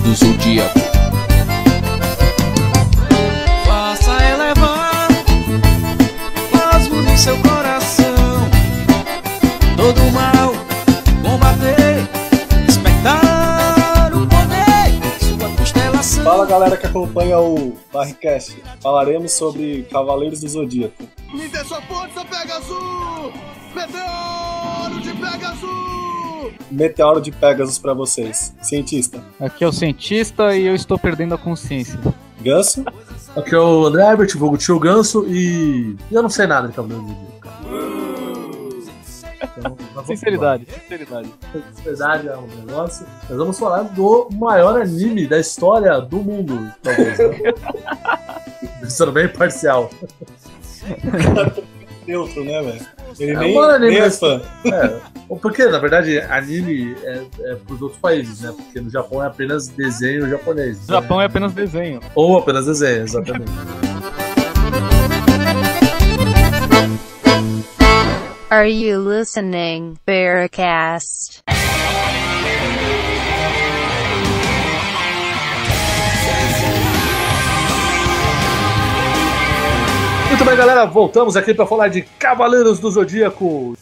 do Zodíaco. Faça elevar plasmo no seu coração, todo mal combater, despertar o poder, sua constelação. Fala galera que acompanha o Barricast, falaremos sobre Cavaleiros do Zodíaco. Me dê sua força, Pegasus! Meteoro de Pegasus! Meteoro de Pegasus pra vocês. Cientista. Aqui é o cientista e eu estou perdendo a consciência. Ganso. Aqui é o André Herbert, vulgo Tio Ganso, e eu não sei nada de Cavaleiros do Zodíaco, cara. Então, Sinceridade. Sinceridade é um negócio. Nós vamos falar do maior anime da história do mundo, talvez. Né? Sendo bem parcial. Neutro, né, velho? Ele Nem é fã. Porque, na verdade, anime é pros outros países, né? Porque no Japão é apenas desenho japonês. No Japão é apenas desenho. Ou apenas desenho, exatamente. Are you listening, Bearcast? Muito bem, galera, voltamos aqui para falar de Cavaleiros do Zodíaco.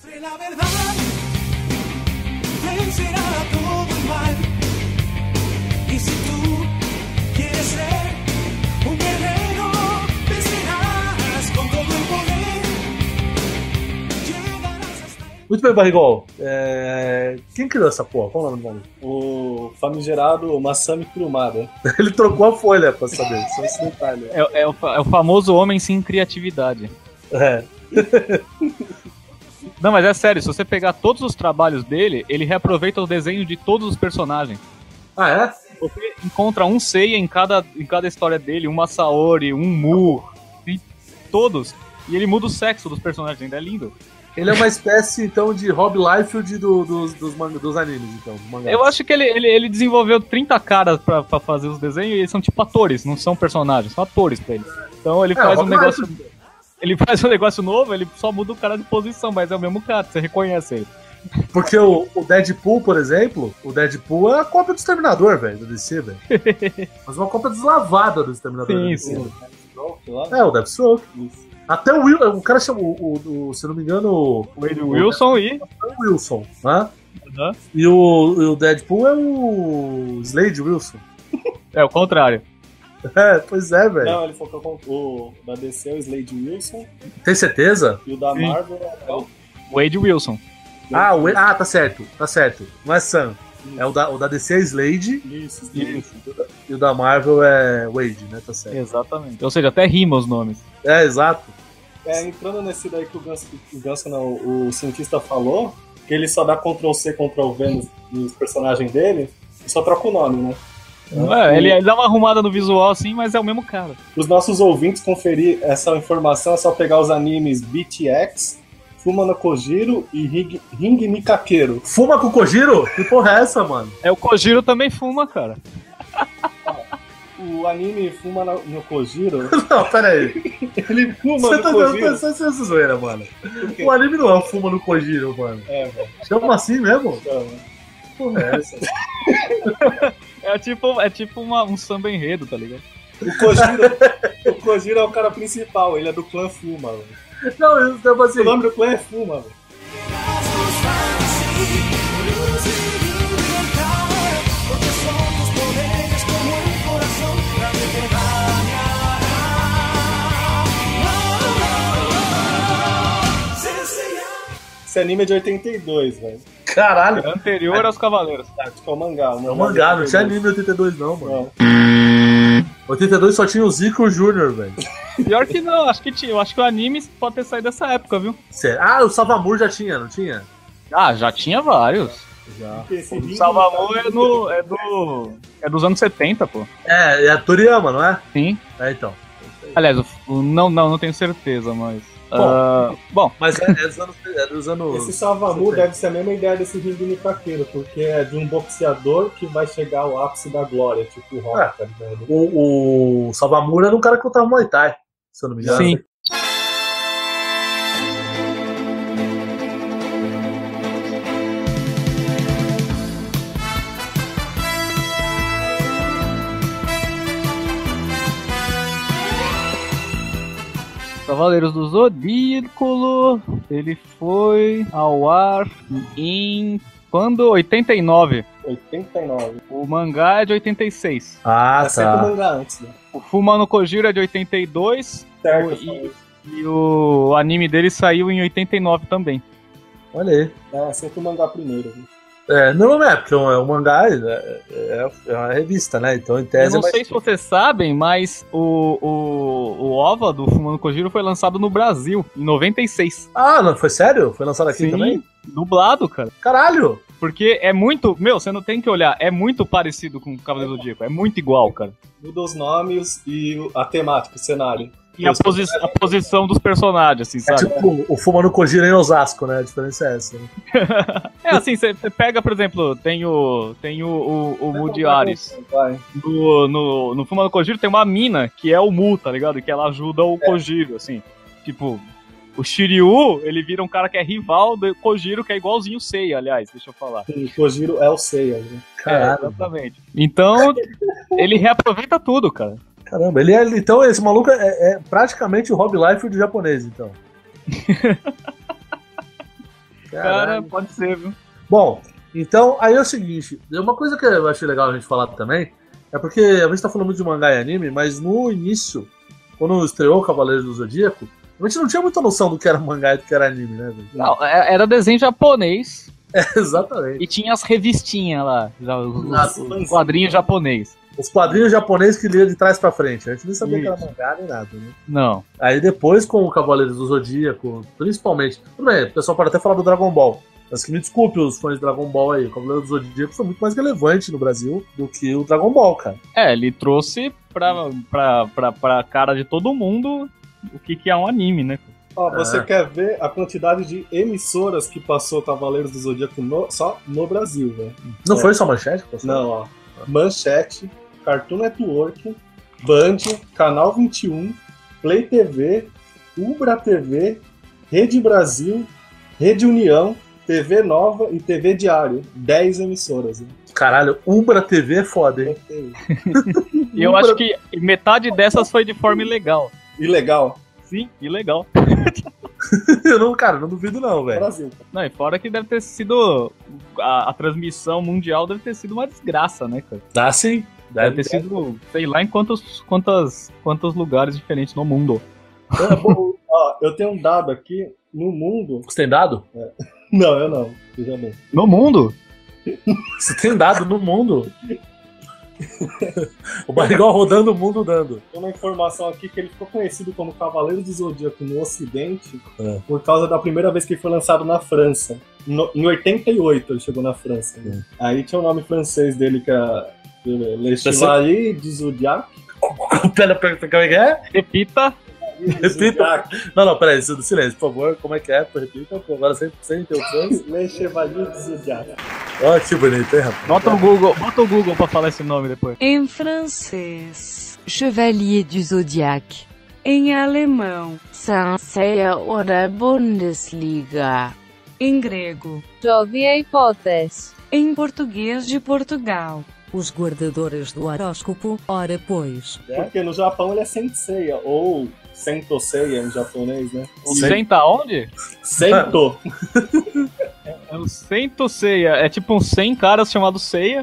Muito bem, Barrigol. Quem criou essa porra? Qual é o nome do maluco? O famigerado Masami Kurumada. Ele trocou a folha pra saber, só esse detalhe. É o famoso homem sem criatividade. É. Não, mas é sério, se você pegar todos os trabalhos dele, ele reaproveita o desenho de todos os personagens. Ah, é? Você encontra um Seiya em cada história dele, um Masaori, um Mu, e todos. E ele muda o sexo dos personagens, ainda é lindo. Ele é uma espécie, então, de Rob Liefeld dos animes, então, dos mangás. Eu acho que ele desenvolveu 30 caras pra fazer os desenhos e eles são tipo atores, não são personagens, são atores pra ele. Então ele faz um negócio... Ele faz um negócio novo, ele só muda o cara de posição, mas é o mesmo cara, você reconhece ele. Porque o Deadpool, por exemplo, o Deadpool é a cópia do Exterminador, velho, do DC, velho. Mas uma cópia deslavada do Exterminador. Sim. O Deathstroke. Até o cara chama, se não me engano... O Wade Wilson e... O Wilson, né? Uhum. E o Deadpool é o Slade Wilson. É o contrário. Pois é, velho. Não, ele falou que o da DC é o Slade Wilson. Tem certeza? E o da Marvel é o... Wade Wilson. Tá certo. Não é Sam. É o da DC é Slade. Isso. E o da Marvel é Wade, né? Tá certo. Exatamente. Ou seja, até rima os nomes. É, exato. Entrando nesse daí que o cientista falou, que ele só dá Ctrl+C, Ctrl+V nos personagens dele, e só troca o nome, né? Ele dá uma arrumada no visual assim, mas é o mesmo cara. Para os nossos ouvintes conferir essa informação, é só pegar os animes BTX, Fuma no Kojiro e Ring Mikakeiro. Fuma com o Kojiro? Que porra é essa, mano? O Kojiro também fuma, cara. O anime Fuma no Kojiro... Não, pera aí. Ele fuma no Kojiro. Você tá zoeira, mano. O anime não é o Fuma no Kojiro, mano. Velho. Chama assim mesmo? Chama. Que porra é essa? É tipo um samba enredo, tá ligado? O Kojiro é o cara principal, ele é do clã Fuma, velho. Não, eu tava assim. O nome do clã é Fuma, velho. Esse anime é de 82, velho. Caralho. É anterior aos Cavaleiros. Tipo, é o mangá. É um mangá, não tinha anime em 82 não, mano. Não. 82 só tinha o Zico Jr., velho. Pior que não, eu acho que o anime pode ter saído dessa época, viu? Sério? Ah, o Savamur já tinha, não tinha? Ah, já tinha vários. Já. O Savamur é dos anos 70, pô. É a Toriyama, não é? Sim. Então. Aliás, não tenho certeza, mas... Bom. Mas é dos anos... Esse Savamur deve ser a mesma ideia desse Ring Mikakeiro, porque é de um boxeador que vai chegar ao ápice da glória, tipo o Rock, tá ligado? O Savamur era um cara que lutava Muay Thai, se eu não me engano. Sim. Cavaleiros do Zodíaco, ele foi ao ar em... Quando? 89. 89. O mangá é de 86. Ah, É sempre o mangá antes, né? O Fuma no Kojiro é de 82. Certo, E o anime dele saiu em 89 também. Olha aí. é sempre o mangá primeiro. Né? Não é, porque o mangá é uma revista, né? Então, em tese... Eu não sei se vocês sabem, mas o OVA do Fuma no Kojiro foi lançado no Brasil, em 96. Ah, não, foi sério? Foi lançado aqui também? Dublado, cara. Caralho! Porque é muito... Meu, você não tem que olhar. É muito parecido com o Cavaleiro do Zodíaco. É muito igual, cara. Muda os nomes e a temática, o cenário. E a posição dos personagens, assim, É sabe? tipo o Fuma no Kojiro em Osasco, né? A diferença é essa. Né? É assim, você pega, por exemplo, tem o Mu Ares. Vai. No Fuma no Kojiro tem uma mina que é o Mu, tá ligado? Que ela ajuda o Kojiro, assim. Tipo... O Shiryu, ele vira um cara que é rival do Kojiro, que é igualzinho o Seiya, aliás, deixa eu falar. O Kojiro é o Seiya, né? Caralho. Exatamente. Então, ele reaproveita tudo, cara. Caramba, então esse maluco é praticamente o Rob Liefeld japonês, então. Cara, pode ser, viu? Bom, então, aí é o seguinte, uma coisa que eu achei legal a gente falar também, é porque a gente tá falando muito de mangá e anime, mas no início, quando estreou Cavaleiros do Zodíaco, a gente não tinha muita noção do que era mangá e do que era anime, né? Velho? Não, era desenho japonês Exatamente. e tinha as revistinhas lá, os quadrinhos japonês. Os quadrinhos japoneses que lia de trás pra frente. A gente nem sabia que era mangá nem nada, né? Não. Aí depois, com o Cavaleiros do Zodíaco, principalmente... Tudo bem, o pessoal pode até falar do Dragon Ball. Mas que me desculpe os fãs de Dragon Ball aí. O Cavaleiro do Zodíaco foi muito mais relevante no Brasil do que o Dragon Ball, cara. Ele trouxe pra cara de todo mundo o que é um anime, né? Ó, você quer ver a quantidade de emissoras que passou Cavaleiros do Zodíaco só no Brasil, velho? Não foi só Manchete? Não, ó. Manchete, Cartoon Network, Band, Canal 21, Play TV, Ubra TV, Rede Brasil, Rede União, TV Nova e TV Diário. 10 emissoras. Né? Caralho, Ubra TV é foda, hein? E eu acho que metade dessas foi de forma ilegal. Ilegal. Sim, ilegal. Eu não, cara, não duvido não, velho. Brasil. Não, e fora que deve ter sido... A transmissão mundial deve ter sido uma desgraça, né, cara? Dá sim. Deve ter sido, sei lá, em quantos lugares diferentes no mundo. Ó, eu tenho um dado aqui. No mundo... Você tem dado? Não, eu não. Veja bem. No mundo? Você tem dado no mundo? O Barrigol rodando o mundo dando. Tem uma informação aqui que ele ficou conhecido como Cavaleiro do Zodíaco no Ocidente por causa da primeira vez que ele foi lançado na França. Em 88 ele chegou na França. Né? Aí tinha o nome francês dele que era Le Chevalier du Zodiac. Pera, como é que é? Repita. Repita. Não, peraí, silêncio, por favor. Como é que é? Repita, agora sem interrupções. Le Chevalier du Zodiac. Olha que bonito, hein, rapaz? Bota o Google pra falar esse nome depois. Em francês, Chevalier du Zodiac. Em alemão, Sanseia oder Bundesliga. Em grego, Joviei Potes. em português de Portugal. Os guardadores do horóscopo, ora pois. Porque no Japão ele é Senseiya, ou Sentoseiya em japonês, né? O Senta onde? Sento. É o Sento Seiya. É tipo uns 100 caras chamados Seiya.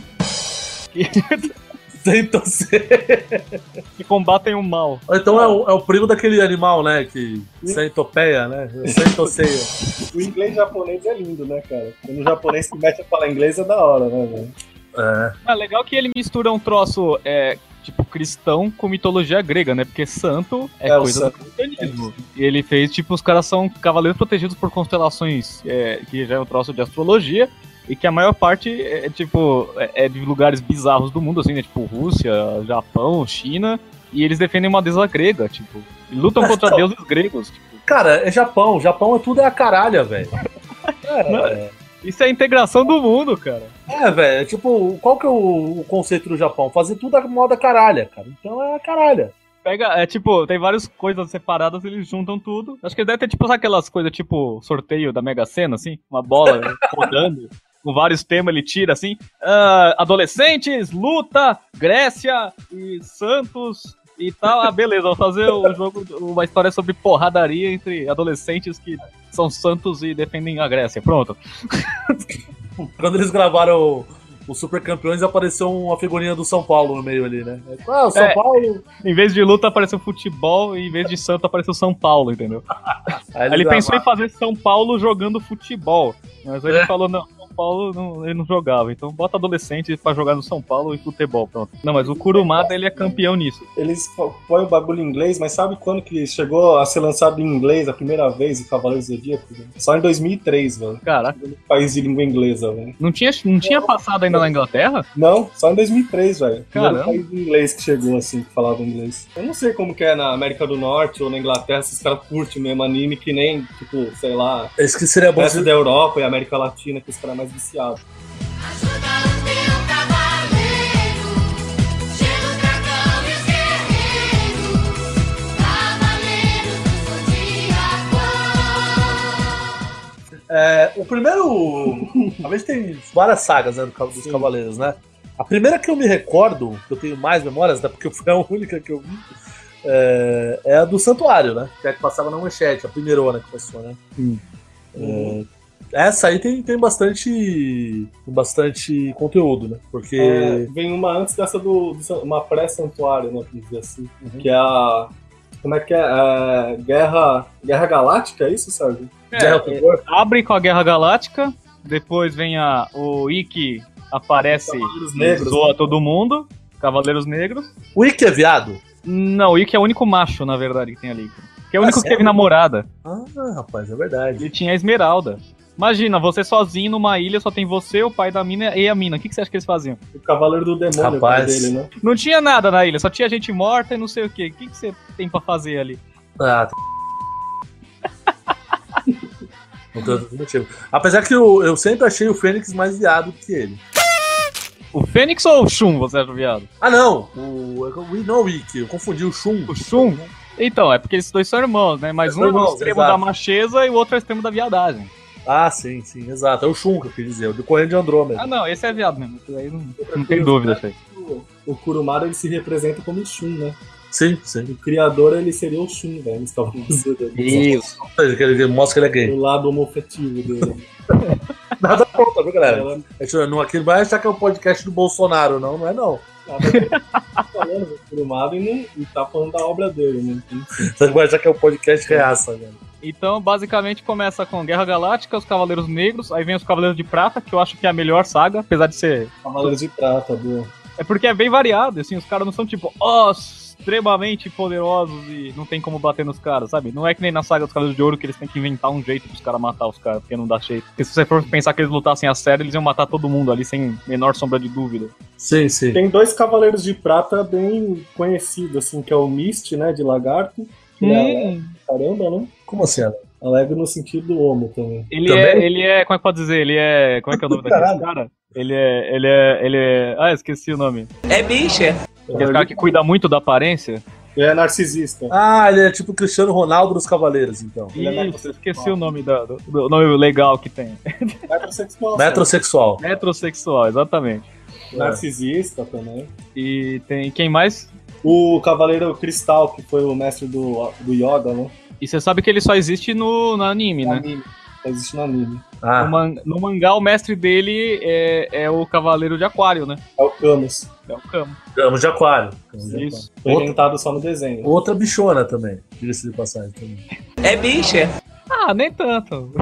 Sentoseiya. Que combatem o mal. Então é o primo daquele animal, né? Que centopeia, né? Sentoseiya. O inglês japonês é lindo, né, cara? Quando o japonês se mete a falar inglês é da hora, né, velho? É legal que ele mistura um troço tipo cristão com mitologia grega, né? Porque santo é coisa do cristianismo. E ele fez, tipo, os caras são cavaleiros protegidos por constelações, que já é um troço de astrologia, e que a maior parte é de lugares bizarros do mundo, assim, né? Tipo Rússia, Japão, China, e eles defendem uma deusa grega, tipo, e lutam contra deuses gregos. Tipo. Cara, é Japão. Japão tudo é a caralha, velho. Isso é a integração do mundo, cara. Velho, tipo, qual que é o conceito do Japão? Fazer tudo a moda caralha, cara. Então é a caralha. Pega, tem várias coisas separadas, eles juntam tudo. Acho que deve ter, tipo, aquelas coisas, tipo, sorteio da Mega Sena, assim, uma bola rodando, com vários temas, ele tira, assim, adolescentes, luta, Grécia e Santos, E tal, beleza, vamos fazer o jogo, uma história sobre porradaria entre adolescentes que são santos e defendem a Grécia. Pronto. Quando eles gravaram o Super Campeões, apareceu uma figurinha do São Paulo no meio ali, né? O São Paulo... Em vez de luta, apareceu futebol, e em vez de santo, apareceu São Paulo, entendeu? Aí ele pensou em fazer São Paulo jogando futebol, mas aí ele falou, não, São Paulo ele não jogava, então bota adolescente pra jogar no São Paulo e futebol, pronto. Não, mas o Kurumada, ele é campeão nisso. Eles põem o bagulho em inglês, mas sabe quando que chegou a ser lançado em inglês a primeira vez o Cavaleiros do Zodíaco? Só em 2003, velho. Caraca. País de língua inglesa, velho. Não tinha passado ainda na Inglaterra? Não, só em 2003, velho. Caramba. País de inglês que chegou, assim, que falava inglês. Eu não sei como que é na América do Norte ou na Inglaterra, esses caras curtem mesmo anime que nem, tipo, sei lá... Esse que seria bom... resto da Europa e América Latina, que os caras mais viciados. Ajuda o teu cavaleiro, chega o dragão e os guerreiros, cavaleiros do Zodíaco. O primeiro... A gente tem várias sagas, né, dos Cavaleiros, né? A primeira que eu me recordo, que eu tenho mais memórias, até porque foi a única que eu vi, é a do Santuário, né? Que é a que passava na manchete, a primeirona que passou, né? Essa aí tem bastante conteúdo, né? Porque... vem uma antes dessa uma pré-santuário, né? Pra dizer assim. Que é a... Como é que é? Guerra Galáctica, é isso, Sérgio? Abre com a Guerra Galáctica, depois vem o Ikki, aparece e zoa todo mundo, Cavaleiros Negros. O Ikki é viado? Não, o Ikki é o único macho, na verdade, que tem ali. Que é o único que teve namorada. Ah, rapaz, é verdade. Ele tinha a Esmeralda. Imagina, você sozinho numa ilha, só tem você, o pai da mina e a mina. O que você acha que eles faziam? O Cavaleiro do Demônio, rapaz, dele, né? Não tinha nada na ilha, só tinha gente morta e não sei o quê. O que você tem pra fazer ali? Não tem outro motivo. Apesar que eu sempre achei o Fênix mais viado que ele. O Fênix ou o Shun, você acha viado? Ah, não! Não o Ikki, eu confundi o Shun. O Shun? Então, é porque esses dois são irmãos, né? Mas um é o extremo da macheza e o outro é o extremo da viadagem. Ah, sim, exato. É o Shun que eu quis dizer, o do Correndo de Andrômeda. Ah, não, esse é viado mesmo. Aí não tem dúvida, isso aí. O Kurumada, ele se representa como o Shun, né? Sim. O criador, ele seria o Shun, velho. Isso. Ele mostra que ele é gay. O lado homofetivo dele. Nada contra, viu, galera? Aqui não vai achar que é o podcast do Bolsonaro, não é não. Tá falando do Kurumada e tá falando da obra dele, né? Você vai achar que é o podcast reaça, velho. Então, basicamente, começa com Guerra Galáctica, os Cavaleiros Negros, aí vem os Cavaleiros de Prata, que eu acho que é a melhor saga, apesar de ser... Cavaleiros de Prata, boa. É porque é bem variado, assim, os caras não são tipo, extremamente poderosos e não tem como bater nos caras, sabe? Não é que nem na saga dos Cavaleiros de Ouro que eles têm que inventar um jeito pros caras matar os caras, porque não dá jeito. Porque se você for pensar que eles lutassem a sério, eles iam matar todo mundo ali sem menor sombra de dúvida. Sim. Tem dois Cavaleiros de Prata bem conhecidos, assim, que é o Mist, né, de lagarto. Caramba, né? Como assim? Alegre no sentido do homo também. Ele é, como é que pode dizer? Ele é, como é que é o nome daquele cara? Ele é, esqueci o nome. É bicha. Aquele cara que cuida muito da aparência. Ele é narcisista. Ah, ele é tipo o Cristiano Ronaldo dos Cavaleiros, então. Isso, esqueci o nome do nome legal que tem. Metrosexual, exatamente. Narcisista também. E tem quem mais? O Cavaleiro Cristal, que foi o mestre do Yoda, né? E você sabe que ele só existe no anime, né? Só existe no anime. No mangá, o mestre dele é o Cavaleiro de Aquário, né? É o Camus. Camus de Aquário. Isso. Foi inventado só no desenho. Outra bichona também, diga-se de passagem também. É bicha. Ah, nem tanto.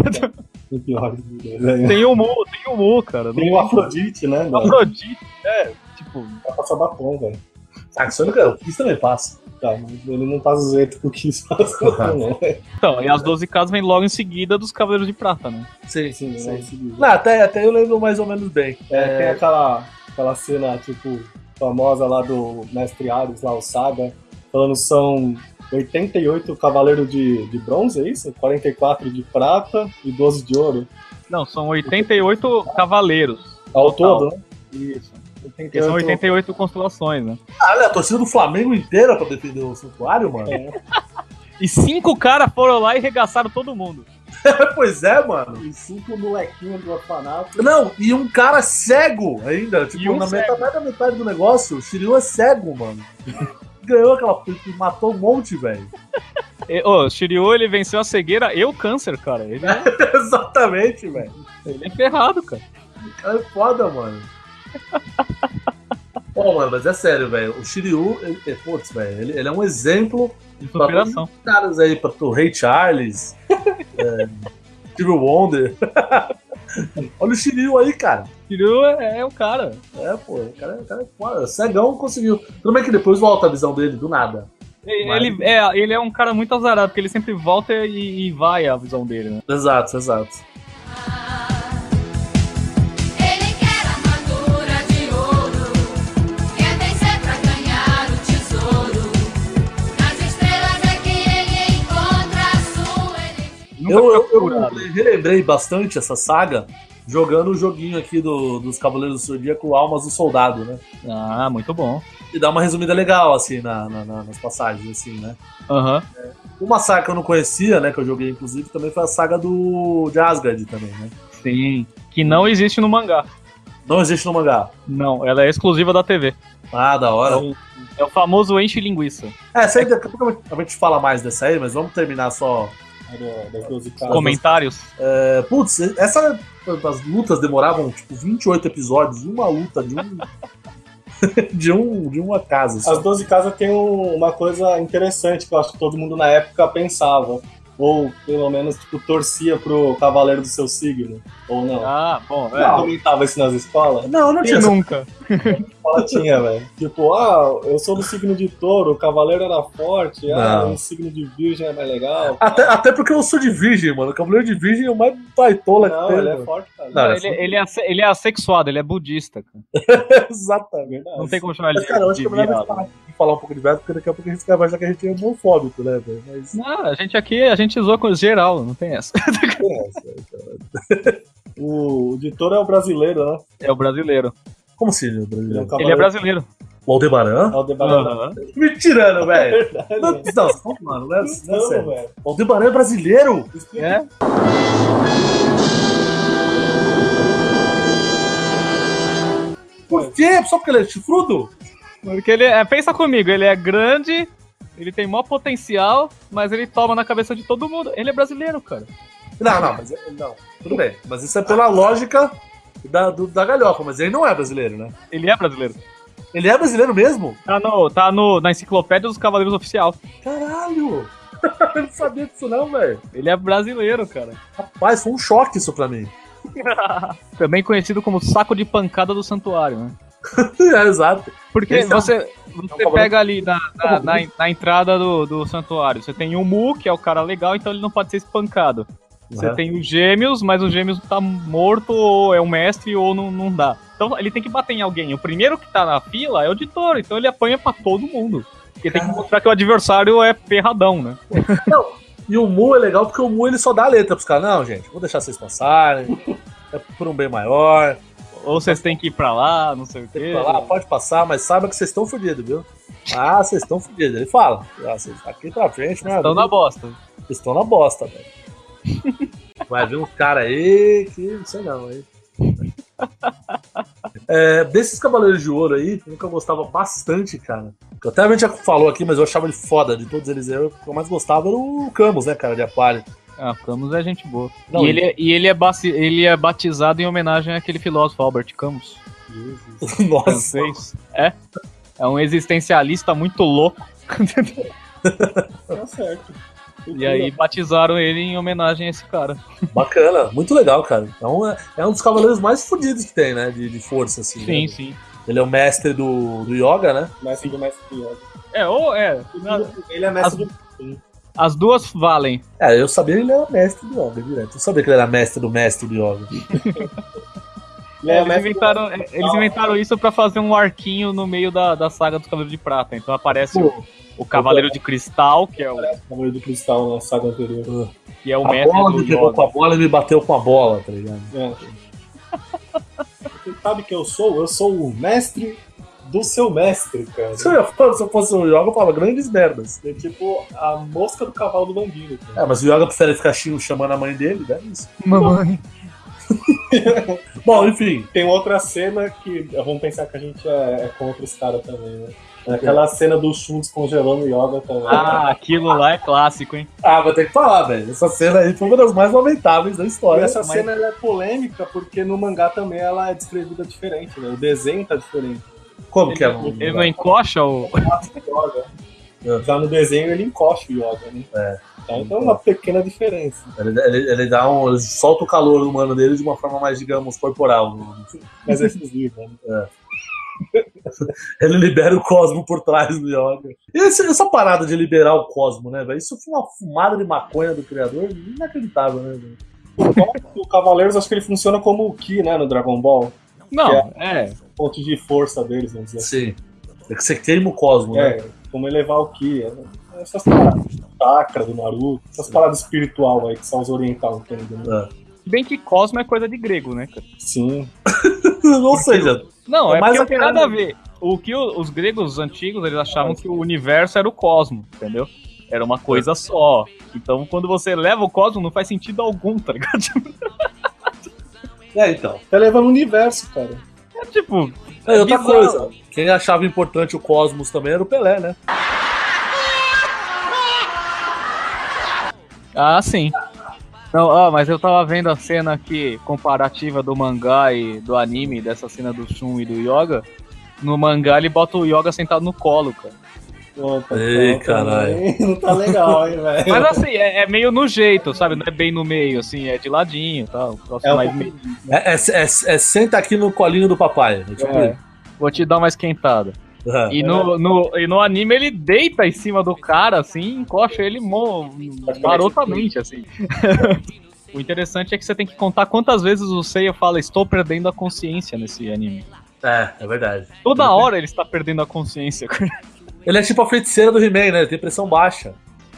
Tem o Mu, cara. Tem o Afrodite, né? Afrodite, tipo... Vai passar batom, velho. O Kiss também passa. Tá, mas ele não passa o jeito que o Kiss passa, não. Então, e as 12 casas vêm logo em seguida dos Cavaleiros de Prata, né? Sim. Não, até eu lembro mais ou menos bem. Tem aquela cena, tipo, famosa lá do Mestre Ares, lá, o Saga, falando que são 88 Cavaleiros de bronze, é isso? 44 de prata e 12 de ouro. Não, são 88 Cavaleiros. Ao todo, né? Isso. Porque são 88 constelações, né? A torcida do Flamengo inteira pra defender o santuário, mano. E 5 caras foram lá e regaçaram todo mundo. Pois é, mano. E 5 molequinhos do orfanato. Não, e um cara cego ainda. Tipo, na metade do negócio, o Shiryu é cego, mano. ganhou aquela porra e matou um monte, velho. O Shiryu, ele venceu a cegueira e o câncer, cara. Ele é, Exatamente, velho. ele é ferrado, cara. O cara é foda, mano. Pô, mano, mas é sério, velho. O Shiryu, putz, velho, ele é um exemplo De pra todos superação. os caras aí, pra o Ray Charles, Stevie Wonder. Olha o Shiryu aí, cara. Shiryu é o cara. Pô, o cara é foda. Cegão conseguiu. Tudo bem que depois volta a visão dele, do nada. Ele é um cara muito azarado, porque ele sempre volta e vai a visão dele, né? Exato. Ele quer armadura de ouro, quer vencer pra ganhar o tesouro. Nas estrelas é que ele encontra a sua energia. Eu relembrei bastante essa saga jogando o joguinho aqui dos Cavaleiros do Zodíaco, Almas do Soldado, né? Ah, muito bom. E dá uma resumida legal, assim, nas passagens, assim, né? Aham. Uma saga que eu não conhecia, né, que eu joguei, inclusive, também foi a saga de Asgard também, né? Sim. Que não existe no mangá. Não existe no mangá. Não, ela é exclusiva da TV. Ah, da hora. É o famoso enche linguiça. Essa aí, daqui a pouco a gente fala mais dessa aí, mas vamos terminar só... Das 12 casas. Comentários. Putz, as lutas demoravam, tipo, 28 episódios, uma luta de uma casa. Assim. As 12 casas tem uma coisa interessante que eu acho que todo mundo na época pensava. Ou, pelo menos, tipo, torcia pro cavaleiro do seu signo. Ou não. Ah, bom, Você comentava isso nas escolas? Não tinha. nunca. Ela tinha, velho. Tipo, eu sou do signo de touro, o cavaleiro era forte, Não. o signo de virgem é mais legal. Até porque eu sou de virgem, mano. O cavaleiro de virgem é o mais baitola que Não, tem. ele é mano. forte, cara. Não, Ele é assexuado, ele é budista, cara. Exatamente. Não tem como chamar ele Mas, cara, eu acho de que é melhor a gente viado. falar um pouco de verbo, porque daqui a pouco a gente vai achar que a gente é homofóbico, né, velho? Mas Não, a gente zoa com geral, não tem essa. O de touro é o brasileiro, né? É o brasileiro. como assim, Ele é um brasileiro? Ele é cavaleiro. brasileiro. O Aldebaran? Aldebaran. Aham. Me tirando, velho. Verdade. Não, vocês estão falando, não é Não, sério. velho. O Aldebaran é brasileiro? Explica. É? Por quê? Só porque ele é chifrudo? Porque ele pensa comigo, ele é grande, ele tem maior potencial, mas ele toma na cabeça de todo mundo. Ele é brasileiro, cara. Não, mas não. Tudo bem. Mas isso é pela lógica da galhofa, mas ele não é brasileiro, né? Ele é brasileiro. Ele é brasileiro mesmo? Tá na enciclopédia dos Cavaleiros Oficial. Caralho! Eu não sabia disso não, velho. Ele é brasileiro, cara. Rapaz, foi um choque isso pra mim. Também conhecido como saco de pancada do santuário, né? É, exato. Porque Esse é um- você pega ali na entrada do santuário, você tem o Mu, que é o cara legal, então ele não pode ser espancado. Você Uhum. tem os gêmeos, mas os gêmeos tá morto, ou é um mestre, ou não dá. Então ele tem que bater em alguém. O primeiro que tá na fila é o de touro, então ele apanha pra todo mundo. Porque tem que mostrar que o adversário é ferradão, né? E o Mu é legal porque o Mu ele só dá a letra pros caras. Não, gente, vou deixar vocês passarem. É por um bem maior. Ou vocês têm que ir pra lá, não sei o Tem quê. que falar, pode passar, mas saiba que vocês estão fodidos, viu? Ah, vocês estão fodidos. Ele fala. Ah, vocês aqui pra frente, né? Estão na bosta. Vocês estão na bosta, velho. Vai vir uns caras aí que não sei não, aí. Desses Cavaleiros de Ouro aí, um que eu gostava bastante, cara. Que até a gente já falou aqui, mas eu achava ele foda. De todos eles, o que eu mais gostava era o Camus, né, cara, de Aquário. Ah, Camus é gente boa. Não, Ele é batizado em homenagem àquele filósofo Albert Camus, Nossa. francês. É um existencialista muito louco. Tá certo. E aí batizaram ele em homenagem a esse cara. Bacana, muito legal, cara. Então é um dos cavaleiros mais fodidos que tem, né? De força, assim. Sim, né? sim. Ele é o mestre do yoga, né? Mestre do mestre do yoga. É. Ele é mestre do... As duas valem. Eu sabia que ele era mestre do yoga, direto. Eu sabia que ele era mestre do yoga. Ele é Eles mestre inventaram isso pra fazer um arquinho no meio da saga dos Cavaleiros de Prata. Então aparece o Cavaleiro de Cristal, que é o Cavaleiro do Cristal na saga anterior. mestre bola do me pegou com yoga. a bola e me bateu com a bola, tá ligado? É. Você sabe que eu sou? Eu sou o mestre do seu mestre, cara. Se eu fosse o yoga, eu falava grandes merdas. É tipo a mosca do cavalo do vampiro, cara. Mas o yoga prefere ficar chamando a mãe dele, né? Isso. Mamãe. Bom, enfim. Tem outra cena que vamos pensar que a gente é contra esse cara também, né? Aquela cena do Shun descongelando o Yoga também. Ah, aquilo lá é clássico, hein? Ah, vou ter que falar, velho. Essa cena aí foi uma das mais lamentáveis da E história. essa cena ela é polêmica porque no mangá também ela é descrevida diferente, né? O desenho tá diferente. Como que é? Ele não encoxa o... Yoga. Já no desenho ele encoxa o Yoga, né? Então é uma pequena diferença. Ele dá ele solta o calor humano dele de uma forma mais, digamos, corporal. Mas é exclusivo, né? Ele libera o Cosmo por trás do Yoga. E essa parada de liberar o Cosmo, né, velho? Isso foi uma fumada de maconha do criador inacreditável, né, velho? O Cavaleiros, acho que ele funciona como o Ki, né, no Dragon Ball. Não, Ponto de força deles, vamos dizer assim. Sim. É que você queima o Cosmo, né? Como elevar o Ki. Essas paradas. Chakra do Naruto. Essas paradas espiritual aí que são os orientais, entendeu? Se bem que Cosmo é coisa de grego, né, cara? Sim. Ou seja... Não, é mais porque não tem a cara nada a ver. O que os gregos antigos, eles achavam que o universo era o cosmo, entendeu? Era uma coisa só. Então, quando você leva o cosmo, não faz sentido algum, tá ligado? Então. Tá levando o universo, cara. É tipo... outra bizarro. coisa. Quem achava importante o Cosmos também era o Pelé, né? Ah, sim. Não, mas eu tava vendo a cena aqui comparativa do mangá e do anime, dessa cena do Shun e do Yoga. No mangá ele bota o Yoga sentado no colo, cara. Opa, Ei, caralho. Não tá legal, hein, velho. Mas assim, é meio no jeito, sabe? Não é bem no meio, assim, é de ladinho e tal. Mais meio. Senta aqui no colinho do papai. Vou te dar uma esquentada. E no anime ele deita em cima do cara, assim, encoxa ele marotamente, assim. O interessante é que você tem que contar quantas vezes o Seiya fala estou perdendo a consciência nesse anime. É verdade. Toda hora ele está perdendo a consciência. Ele é tipo a feiticeira do He-Man, né? Ele tem pressão baixa.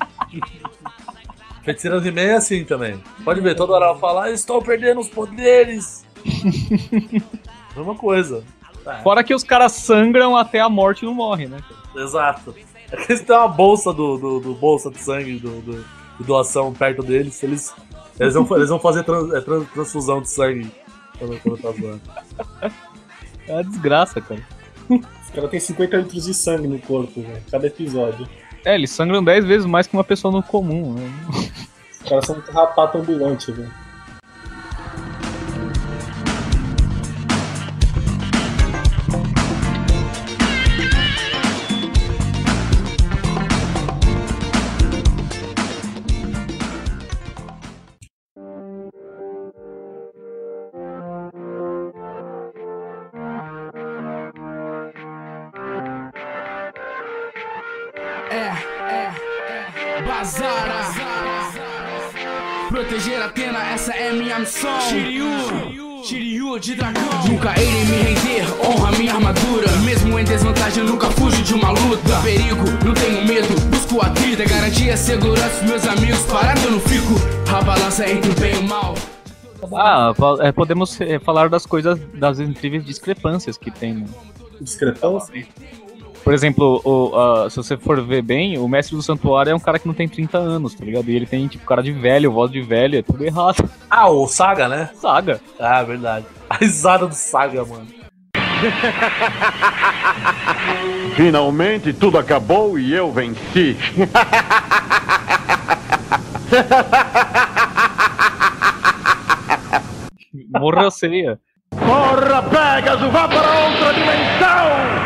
A feiticeira do He-Man é assim também. Pode ver, toda hora ela fala, estou perdendo os poderes. Mesma coisa. Fora que os caras sangram até a morte e não morrem, né? Exato. É que eles têm uma bolsa do bolsa de sangue de doação perto deles. Eles vão fazer transfusão de sangue quando tá zoando. É uma desgraça, cara. Os caras têm 50 litros de sangue no corpo, velho. Cada episódio. Eles sangram 10 vezes mais que uma pessoa no comum, né? Os caras são muito rapato ambulante, velho. Bazara. Proteger Atena, essa é minha missão. Shiryu de dragão. Nunca irei me render, honra minha armadura. Mesmo em desvantagem, nunca fujo de uma luta. Perigo, não tenho medo, busco a vida. Garantia segurança dos meus amigos, parado eu não fico. A balança entre o bem e o mal. Podemos falar das coisas, das incríveis discrepâncias que tem. Né? Discrepância? Por exemplo, se você for ver bem, o mestre do santuário é um cara que não tem 30 anos, tá ligado? E ele tem, tipo, cara de velho, voz de velho, é tudo errado. Ah, o Saga, né? Saga. Ah, verdade. A risada do Saga, mano. Finalmente tudo acabou e eu venci. Morreu seria. Porra, Pegasus, vá para outra dimensão!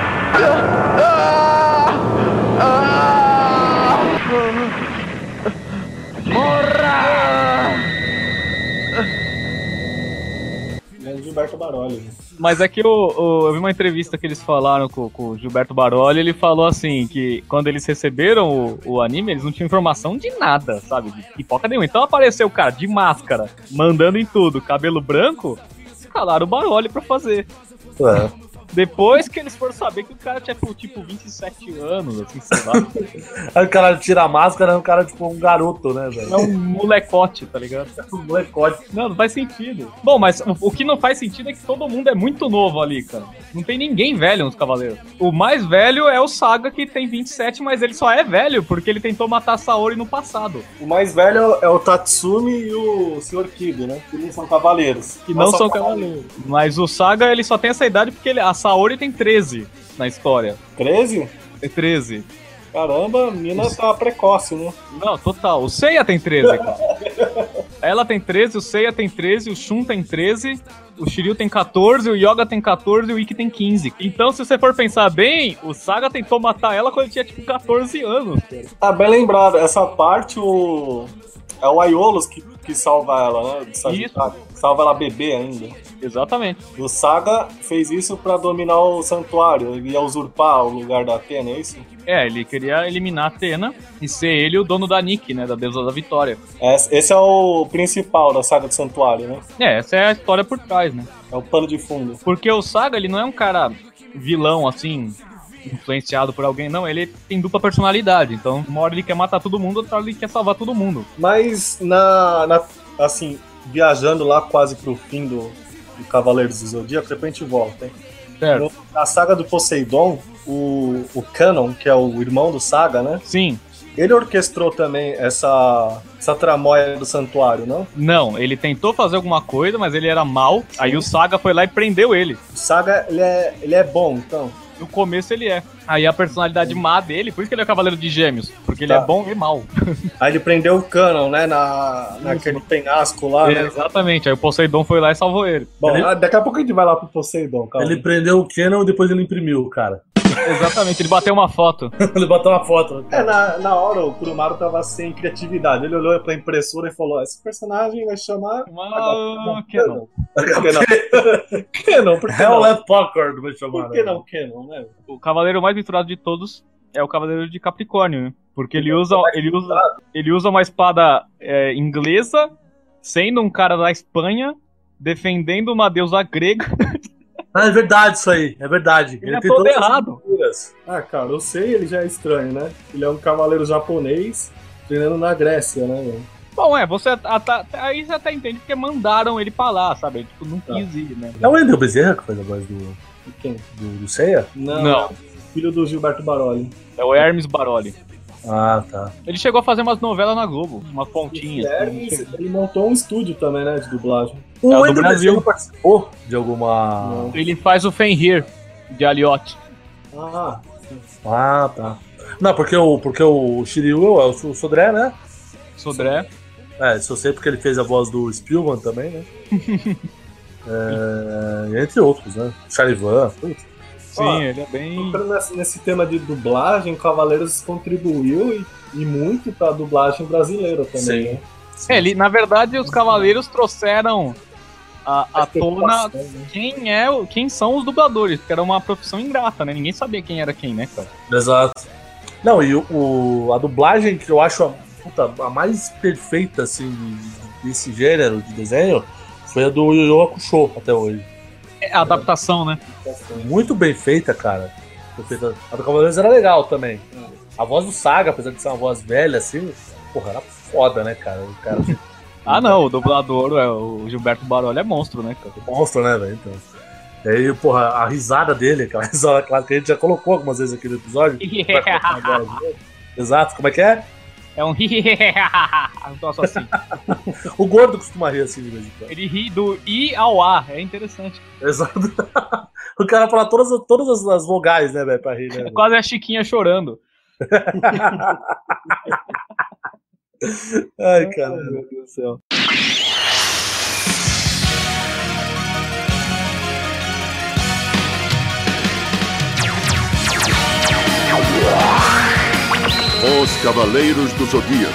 É Gilberto Baroli. Né? Mas é que eu vi uma entrevista que eles falaram com o Gilberto Baroli, ele falou assim, que quando eles receberam o anime, eles não tinham informação de nada, sabe? De pipoca nenhuma. Então apareceu o cara de máscara, mandando em tudo, cabelo branco, escalaram o Baroli pra fazer. Depois que eles foram saber que o cara tinha, tipo, 27 anos, assim, sei lá. Aí o cara tira a máscara, é um cara, tipo, um garoto, né, velho? É um molecote, tá ligado? É um molecote. Não faz sentido. Bom, mas o que não faz sentido é que todo mundo é muito novo ali, cara. Não tem ninguém velho nos Cavaleiros. O mais velho é o Saga, que tem 27, mas ele só é velho porque ele tentou matar a Saori no passado. O mais velho é o Tatsumi e o Sr. Kido, né? Que não são cavaleiros. Que não são cavaleiros. Mas o Saga, ele só tem essa idade porque a Saori tem 13 na história. 13? É 13. Caramba, a mina tá precoce, né? Não, total. O Seiya tem 13, cara. Ela tem 13, o Seiya tem 13, o Shun tem 13, o Shiryu tem 14, o Yoga tem 14 e o Ikki tem 15. Então, se você for pensar bem, o Saga tentou matar ela quando ele tinha, tipo, 14 anos. Cara. Tá bem lembrado. Essa parte, é o Aiolos que salva ela, né? Do Sagitário. Salva ela bebê ainda. Exatamente. O Saga fez isso pra dominar o santuário. Ele ia usurpar o lugar da Athena, é isso? É, ele queria eliminar a Athena e ser ele o dono da Nikki, né? Da deusa da vitória. Esse é o principal da saga do santuário, né? É, essa é a história por trás, né? É o pano de fundo. Porque o Saga, ele não é um cara vilão, assim, influenciado por alguém, não. Ele tem dupla personalidade. Então, uma hora ele quer matar todo mundo, outra hora ele quer salvar todo mundo. Mas, assim, viajando lá quase pro fim do Cavaleiros do Zodíaco, depois a gente volta, hein? Certo. Na saga do Poseidon, o Canon, que é o irmão do Saga, né? Sim. Ele orquestrou também essa tramóia do santuário, não? Não, ele tentou fazer alguma coisa, mas ele era mal. Aí o Saga foi lá e prendeu ele. O Saga, ele é bom, então. No começo ele é. Aí a personalidade má dele, por isso que ele é o Cavaleiro de Gêmeos. Porque ele é bom e mal. Aí ele prendeu o Canon, né? Naquele penhasco lá, né? Exatamente. Aí o Poseidon foi lá e salvou ele. Bom, daqui a pouco a gente vai lá pro Poseidon, calma. Ele prendeu o Canon e depois ele imprimiu o cara. Exatamente, ele bateu uma foto. Ele bateu uma foto. Na hora o Kurumaro tava sem criatividade. Ele olhou pra impressora e falou: esse personagem vai chamar. Canon. Canon, por que Hell não? Let Packard vai chamar. Por que não Canon, né? O cavaleiro mais misturado de todos é o Cavaleiro de Capricórnio, né? Porque ele usa uma espada inglesa, sendo um cara da Espanha, defendendo uma deusa grega. Ah, é verdade isso aí, é verdade. Ele é todo errado. Ah, cara, eu sei, ele já é estranho, né? Ele é um cavaleiro japonês treinando na Grécia, né? Bom, aí você até entende porque mandaram ele pra lá, sabe? Ele, tipo, não quis ir, né? É o Wendel Bezerra que faz a voz do quem? Do Seiya? Não. Filho do Gilberto Baroli. É o Hermes Baroli. Ah, tá. Ele chegou a fazer umas novelas na Globo, umas pontinhas. Ele montou um estúdio também, né, de dublagem. O Wendel Bezerra participou de alguma... Não. Ele faz o Fenrir, de Aliotti. Ah, tá. Não, porque o Shiryu é o Sodré, né? Sodré. Isso eu sei porque ele fez a voz do Spielman também, né? Entre outros, né? Charivan. Sim, ele é bem... Nesse tema de dublagem, o Cavaleiros contribuiu e muito pra dublagem brasileira também, né? Sim. Na verdade, os Cavaleiros trouxeram à tona quem são os dubladores, porque era uma profissão ingrata, né? Ninguém sabia quem era quem, né, cara? Exato. Não, e a dublagem que eu acho a mais perfeita, assim, desse gênero de desenho foi a do Yu Yu Hakusho até hoje. É a adaptação, né? Muito bem feita, cara. A do Cavaleiros era legal também. A voz do Saga, apesar de ser uma voz velha, assim, porra, era foda, né, cara? O cara não, o dublador, o Gilberto Baroli é monstro, né, cara? Monstro, né, velho? Então. E aí, porra, a risada dele, aquela risada clássica que a gente já colocou algumas vezes aqui no episódio. Exato, como é que é? É um um troço assim. O gordo costuma rir assim de vez em quando. Ele ri do I ao A, é interessante. Exato. O cara fala todas as vogais, né, velho, pra rir, né? É quase a Chiquinha chorando. Ai, cara, meu Deus do céu. Os Cavaleiros do Zodíaco.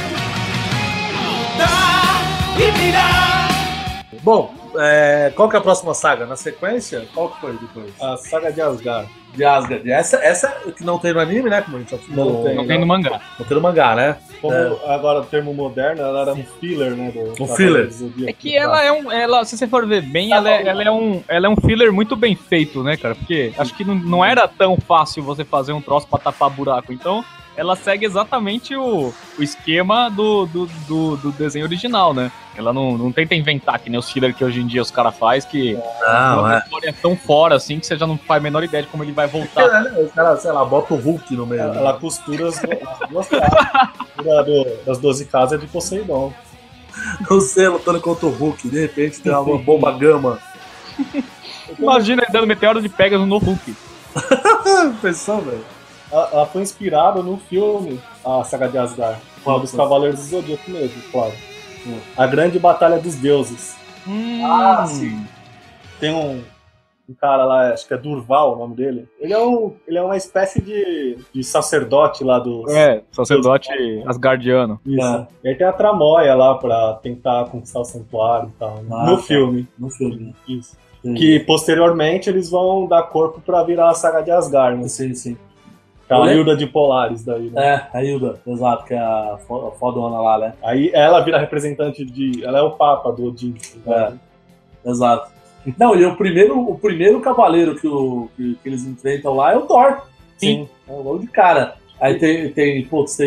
Bom, qual que é a próxima saga? Na sequência? Qual que foi depois? A saga de Asgard. De Asgard. Essa que não tem no anime, né? Como a gente já falou. Não tem no mangá. Não tem no mangá, né? Como agora o termo moderno, ela era um filler, né? Um filler. É que ela se você for ver bem, ela é um filler muito bem feito, né, cara? Porque acho que não era tão fácil você fazer um troço pra tapar buraco. Então, ela segue exatamente o esquema do desenho original, né? Ela não tenta inventar que nem os filler que hoje em dia os caras fazem, que a história é tão fora assim que você já não faz a menor ideia de como ele vai voltar. O cara, sei lá, bota o Hulk no meio. Ela costura as duas casas. Das 12 casas de Poseidon. Você lutando contra o Hulk, de repente tem uma bomba gama. Imagina ele dando meteoro de Pegasus no Hulk. Pensou, velho? ela foi inspirada num filme, a saga de Asgard. Qual dos Cavaleiros do Zodíaco mesmo, claro. A Grande Batalha dos Deuses. Sim. Tem um cara lá, acho que é Durval o nome dele. Ele é uma espécie de sacerdote lá dos... sacerdote asgardiano. Isso. E aí tem a tramóia lá pra tentar conquistar o santuário e tal. No filme. No filme. Isso. Sim. Que posteriormente eles vão dar corpo pra virar a saga de Asgard, né? Sim. A Hilda de Polaris daí, né? A Hilda, exato, que é a fodona lá, né? Aí ela vira representante de... Ela é o papa do Odin. Né? Exato. Não, e o primeiro cavaleiro que eles enfrentam lá é o Thor. Sim. É logo de cara. Aí tem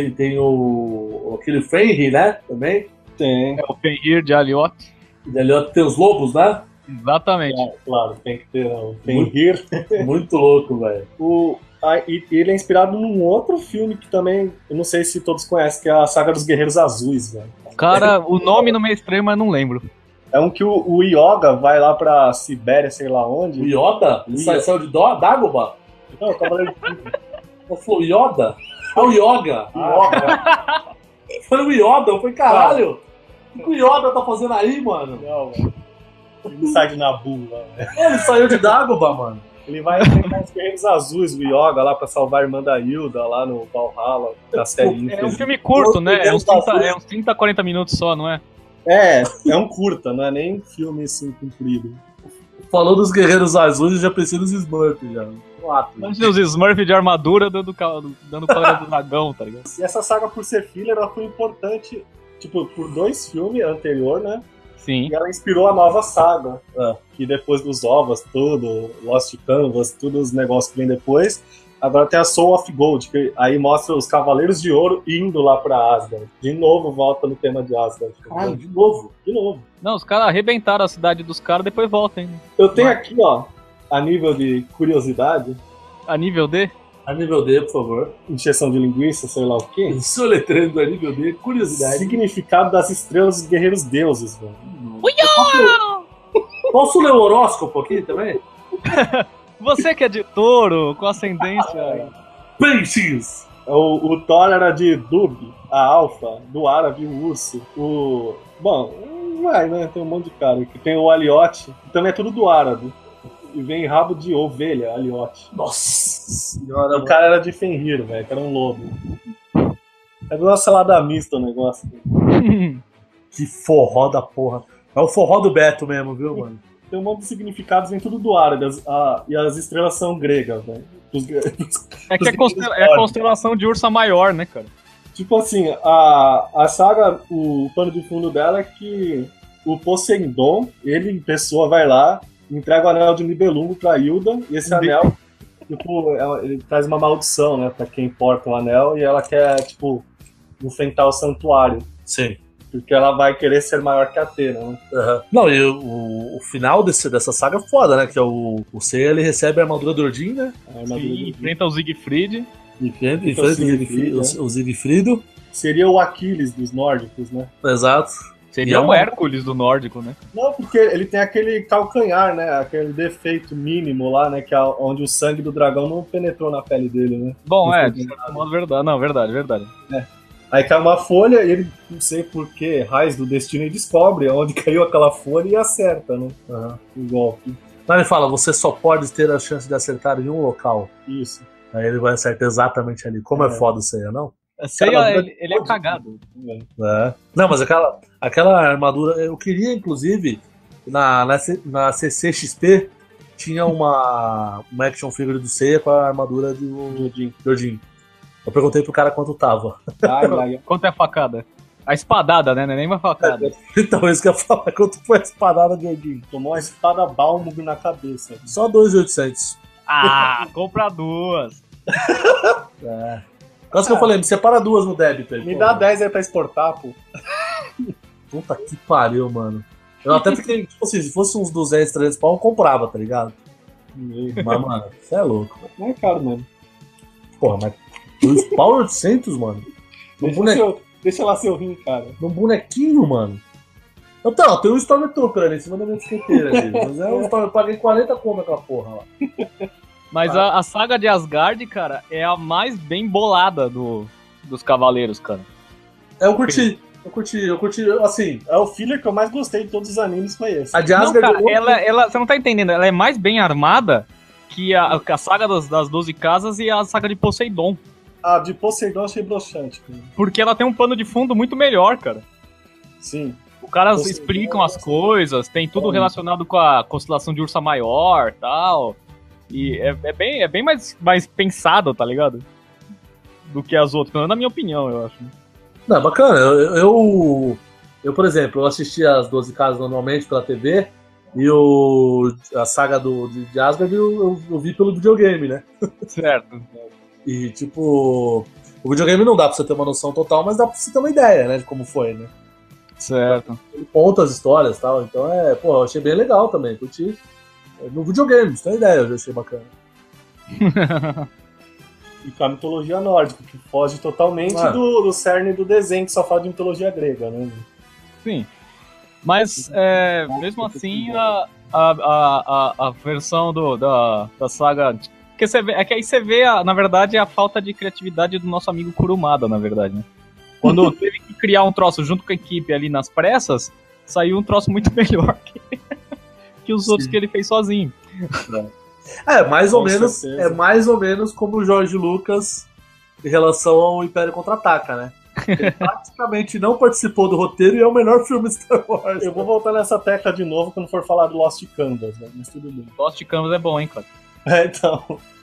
aquele Fenrir, né? Também. Tem. É o Fenrir de Aliot. De Aliot tem os lobos, né? Exatamente. Claro, tem que ter o Fenrir. Muito louco, velho. E ele é inspirado num outro filme que também, eu não sei se todos conhecem, que é a Saga dos Guerreiros Azuis, velho. Cara, o nome não é estranho, mas não lembro. É um que o Yoga vai lá pra Sibéria, sei lá onde. O Yoda? Ele saiu de Dagobah? Não, eu tava lendo. Você falou Yoda? O Yoga. Eu falei o Yoda, eu falei, caralho. O que o Yoda tá fazendo aí, mano? Não, velho. Ele sai de Nabu lá, velho. Ele saiu de Dagobah, mano. Ele vai enfrentar os Guerreiros Azuis, o Yoga, lá pra salvar a irmã da Hilda, lá no Valhalla, da série. É um filme curto, né? É uns 30, 40 minutos só, não é? É um curta, não é nem filme assim comprido. Falou dos Guerreiros Azuis, já precisa dos Smurfs, já. Imagina os Smurfs de armadura dando palha do dragão, tá ligado? E essa saga, por ser filler, ela foi importante, tipo, por 2 filmes anterior, né? Sim. E ela inspirou a nova saga, que depois dos ovos, tudo, Lost Canvas, todos os negócios que vem depois. Agora tem a Soul of Gold, que aí mostra os Cavaleiros de Ouro indo lá pra Asgard. De novo volta no tema de Asgard. De novo? De novo. Não, os caras arrebentaram a cidade dos caras, depois voltam ainda. Eu tenho aqui, ó, a nível de curiosidade. A nível D? A nível D, por favor. Injeção de linguiça, sei lá o quê. Soletrando a nível D, curiosidade. Significado das estrelas dos guerreiros deuses, velho. Posso ler o horóscopo aqui também? Você que é de touro, com ascendência... Peixes! O Thor era de Dub, a Alfa, do árabe, o urso. Bom, vai, né? Tem um monte de cara aqui. Tem o Aliot, que também é tudo do árabe. E vem rabo de ovelha, Aliot. Nossa senhora, o cara era de Fenrir, velho, que era um lobo. É uma salada mista o negócio. Que forró da porra. É o forró do Beto mesmo, viu, mano? Tem um monte de significados, vem tudo do árabe. E as estrelas são gregas, velho. É que é a constelação de Ursa Maior, né, cara? Tipo assim, a saga, o pano de fundo dela é que o Poseidon, ele em pessoa vai lá, entrega o anel de Nibelungo pra Hilda, e esse anel, tipo, ele traz uma maldição, né, pra quem porta o anel, e ela quer, tipo, enfrentar o santuário. Sim. Porque ela vai querer ser maior que a Atena, né? Uhum. Não, e o final dessa saga é foda, né? Que é o Seiya, ele recebe a armadura do Odin, né? Sim, enfrenta o Siegfried. Enfrenta o Siegfried. Seria o Aquiles dos nórdicos, né? Exato. Seria o Hércules do nórdico, né? Não, porque ele tem aquele calcanhar, né? Aquele defeito mínimo lá, né? Que é onde o sangue do dragão não penetrou na pele dele, né? Bom, de certo modo, verdade. Não, verdade. É. Aí cai uma folha e ele, não sei porquê, raiz do destino, e descobre onde caiu aquela folha e acerta, né? O golpe. Mas ele fala, você só pode ter a chance de acertar em um local. Isso. Aí ele vai acertar exatamente ali. Como é foda o Seiya, não? Seiya, ele é cagado. É. Não, mas aquela armadura, eu queria, inclusive, na CCXP, tinha uma action figure do Seiya com a armadura do Odin. Eu perguntei pro cara quanto tava. Quanto é a facada? A espadada, né? Não é nem uma facada. Então, isso que eu ia falar. Quanto foi a espadada de Odin? Tomou uma espada Balmung na cabeça. Só 2.800. Ah, compra 2. Quase que eu falei, me separa 2 no débito. Me dá 10 aí pra exportar, pô. Puta que pariu, mano. Eu até fiquei, tipo assim, se fosse uns 200, 300 pau, eu comprava, tá ligado? Mas, mano, você é louco. Não é caro, mano. Porra, mas 2 pau 800, mano? Deixa lá seu rim, cara. Num bonequinho, mano. Então, tem um Stormtrooper ali em cima da minha bisqueteira ali. Mas eu paguei 40 conto naquela porra lá. Mas a saga de Asgard, cara, é a mais bem bolada dos Cavaleiros, cara. Eu curti, assim... É o filler que eu mais gostei de todos os animes, foi esse. A de Não, Asgard... cara, você não tá entendendo, ela é mais bem armada que a saga das 12 casas e a saga de Poseidon. A de Poseidon eu achei broxante. Cara. Porque ela tem um pano de fundo muito melhor, cara. Sim. Os caras Poseidon, explicam as coisas, tem tudo relacionado com a constelação de Ursa Maior e tal. E é bem mais pensado, tá ligado? Do que as outras, pelo menos na minha opinião, eu acho. Não, bacana. Eu, por exemplo, eu assisti as 12 casas normalmente pela TV e a saga de Asgard eu vi pelo videogame, né? Certo. E, tipo, o videogame não dá pra você ter uma noção total, mas dá pra você ter uma ideia, né, de como foi, né? Certo. Ele conta as histórias e tal, então eu achei bem legal também, curti. No videogame, você tem uma ideia, eu já achei bacana. E com a mitologia nórdica, que foge totalmente do cerne do desenho, que só fala de mitologia grega, né? Sim. Mas, mesmo assim, a versão da saga... Que aí você vê, na verdade, a falta de criatividade do nosso amigo Kurumada, na verdade, né? Quando teve que criar um troço junto com a equipe ali nas pressas, saiu um troço muito melhor que os outros que ele fez sozinho. Mais ou menos como o Jorge Lucas em relação ao Império Contra-Ataca, né? Ele praticamente não participou do roteiro e é o melhor filme Star Wars. Eu vou voltar nessa tecla de novo quando for falar do Lost Canvas, né? Mas tudo bem. Lost Canvas é bom, hein, cara? Então.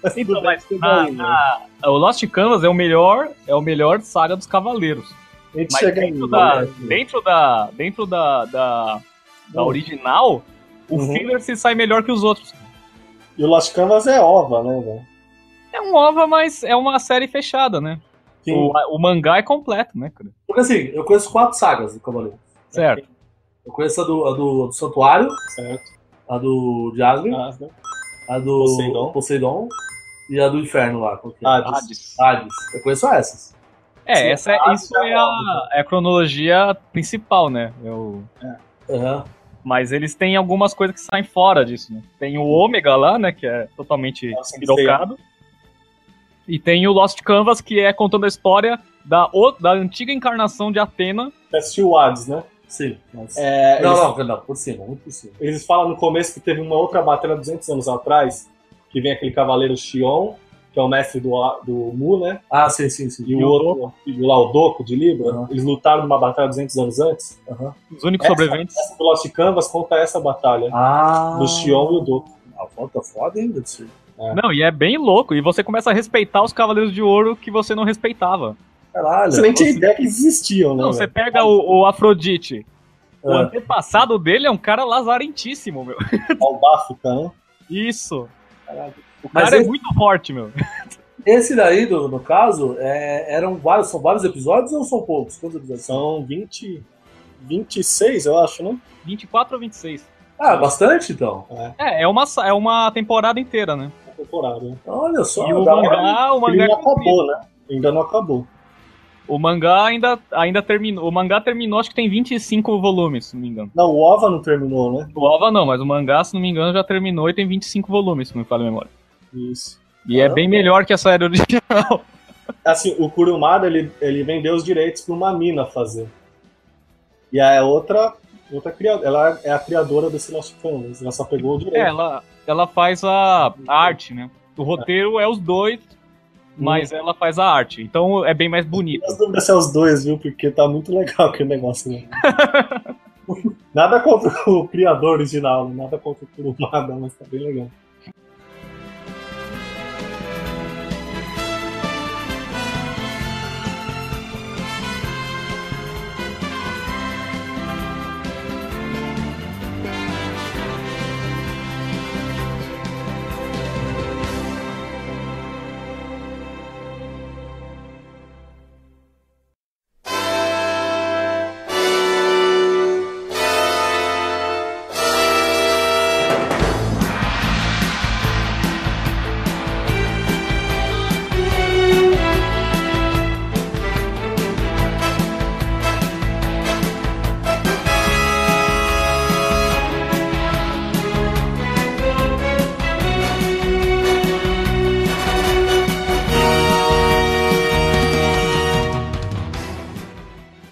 O Lost Canvas é o melhor saga dos Cavaleiros. Mas dentro da original, o filler se sai melhor que os outros. E o Lost Canvas é OVA, né, velho? É um OVA, mas é uma série fechada, né? O mangá é completo, né, cara? Porque assim, eu conheço 4 sagas do Cavaleiro. Certo. Eu conheço a do Santuário, certo. A do de Asgard, a do Poseidon e a do Inferno lá. Hades. Eu conheço essas. Isso é a cronologia principal, né? Mas eles têm algumas coisas que saem fora disso, né? Tem o Ômega lá, né? Que é totalmente pirocado. E tem o Lost Canvas, que é contando a história da antiga encarnação de Atena. Você assistiu o Hades, né? Sim. Mas... Não, por cima, muito por cima. Eles falam no começo que teve uma outra batalha 200 anos atrás, que vem aquele cavaleiro Xion, que é o mestre do Mu, né? Ah, sim. E o outro, o Doku de Libra, eles lutaram numa batalha 200 anos antes. Os únicos sobreviventes. Essa do Lost Canvas conta essa batalha. Do Xion e o Doku. Falta foda ainda disso. Não, e é bem louco. E você começa a respeitar os Cavaleiros de Ouro que você não respeitava. Caralho. Você nem tinha ideia que existiam, né? Não, você pega o Afrodite. O antepassado dele é um cara lazarentíssimo, meu. Albáfica, né? Isso. Caralho. O cara é muito forte, meu. Esse daí, no caso, são vários episódios ou são poucos? Quantos episódios? São 26, eu acho, né? 24 ou 26. Bastante, então. É uma temporada inteira, né? Uma temporada. Olha só. E o mangá não acabou, né? Ainda não acabou. O mangá ainda terminou. O mangá terminou, acho que tem 25 volumes, se não me engano. Não, o OVA não terminou, né? O OVA não, mas o mangá, se não me engano, já terminou e tem 25 volumes, se não me falha a memória. Isso. E é bem melhor que a série original. Assim, o Kurumada, ele vendeu os direitos pra uma mina fazer. E a outra criadora, ela é a criadora desse Lost Canvas, ela só pegou o direito. Ela faz a arte, né? O roteiro é os dois, mas ela faz a arte. Então é bem mais bonito. As dúvidas se é os dois, viu? Porque tá muito legal aquele negócio, né? Nada contra o criador original, nada contra o Kurumada, mas tá bem legal.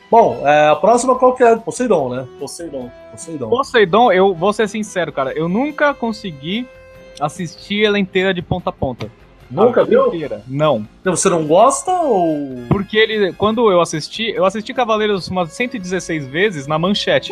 Bom, a próxima qual que é? Poseidon, né? Poseidon. Poseidon, eu vou ser sincero, cara. Eu nunca consegui assistir ela inteira de ponta a ponta. Nunca viu? Inteira. Não. Então você não gosta ou... Porque quando eu assisti Cavaleiros umas 116 vezes na manchete.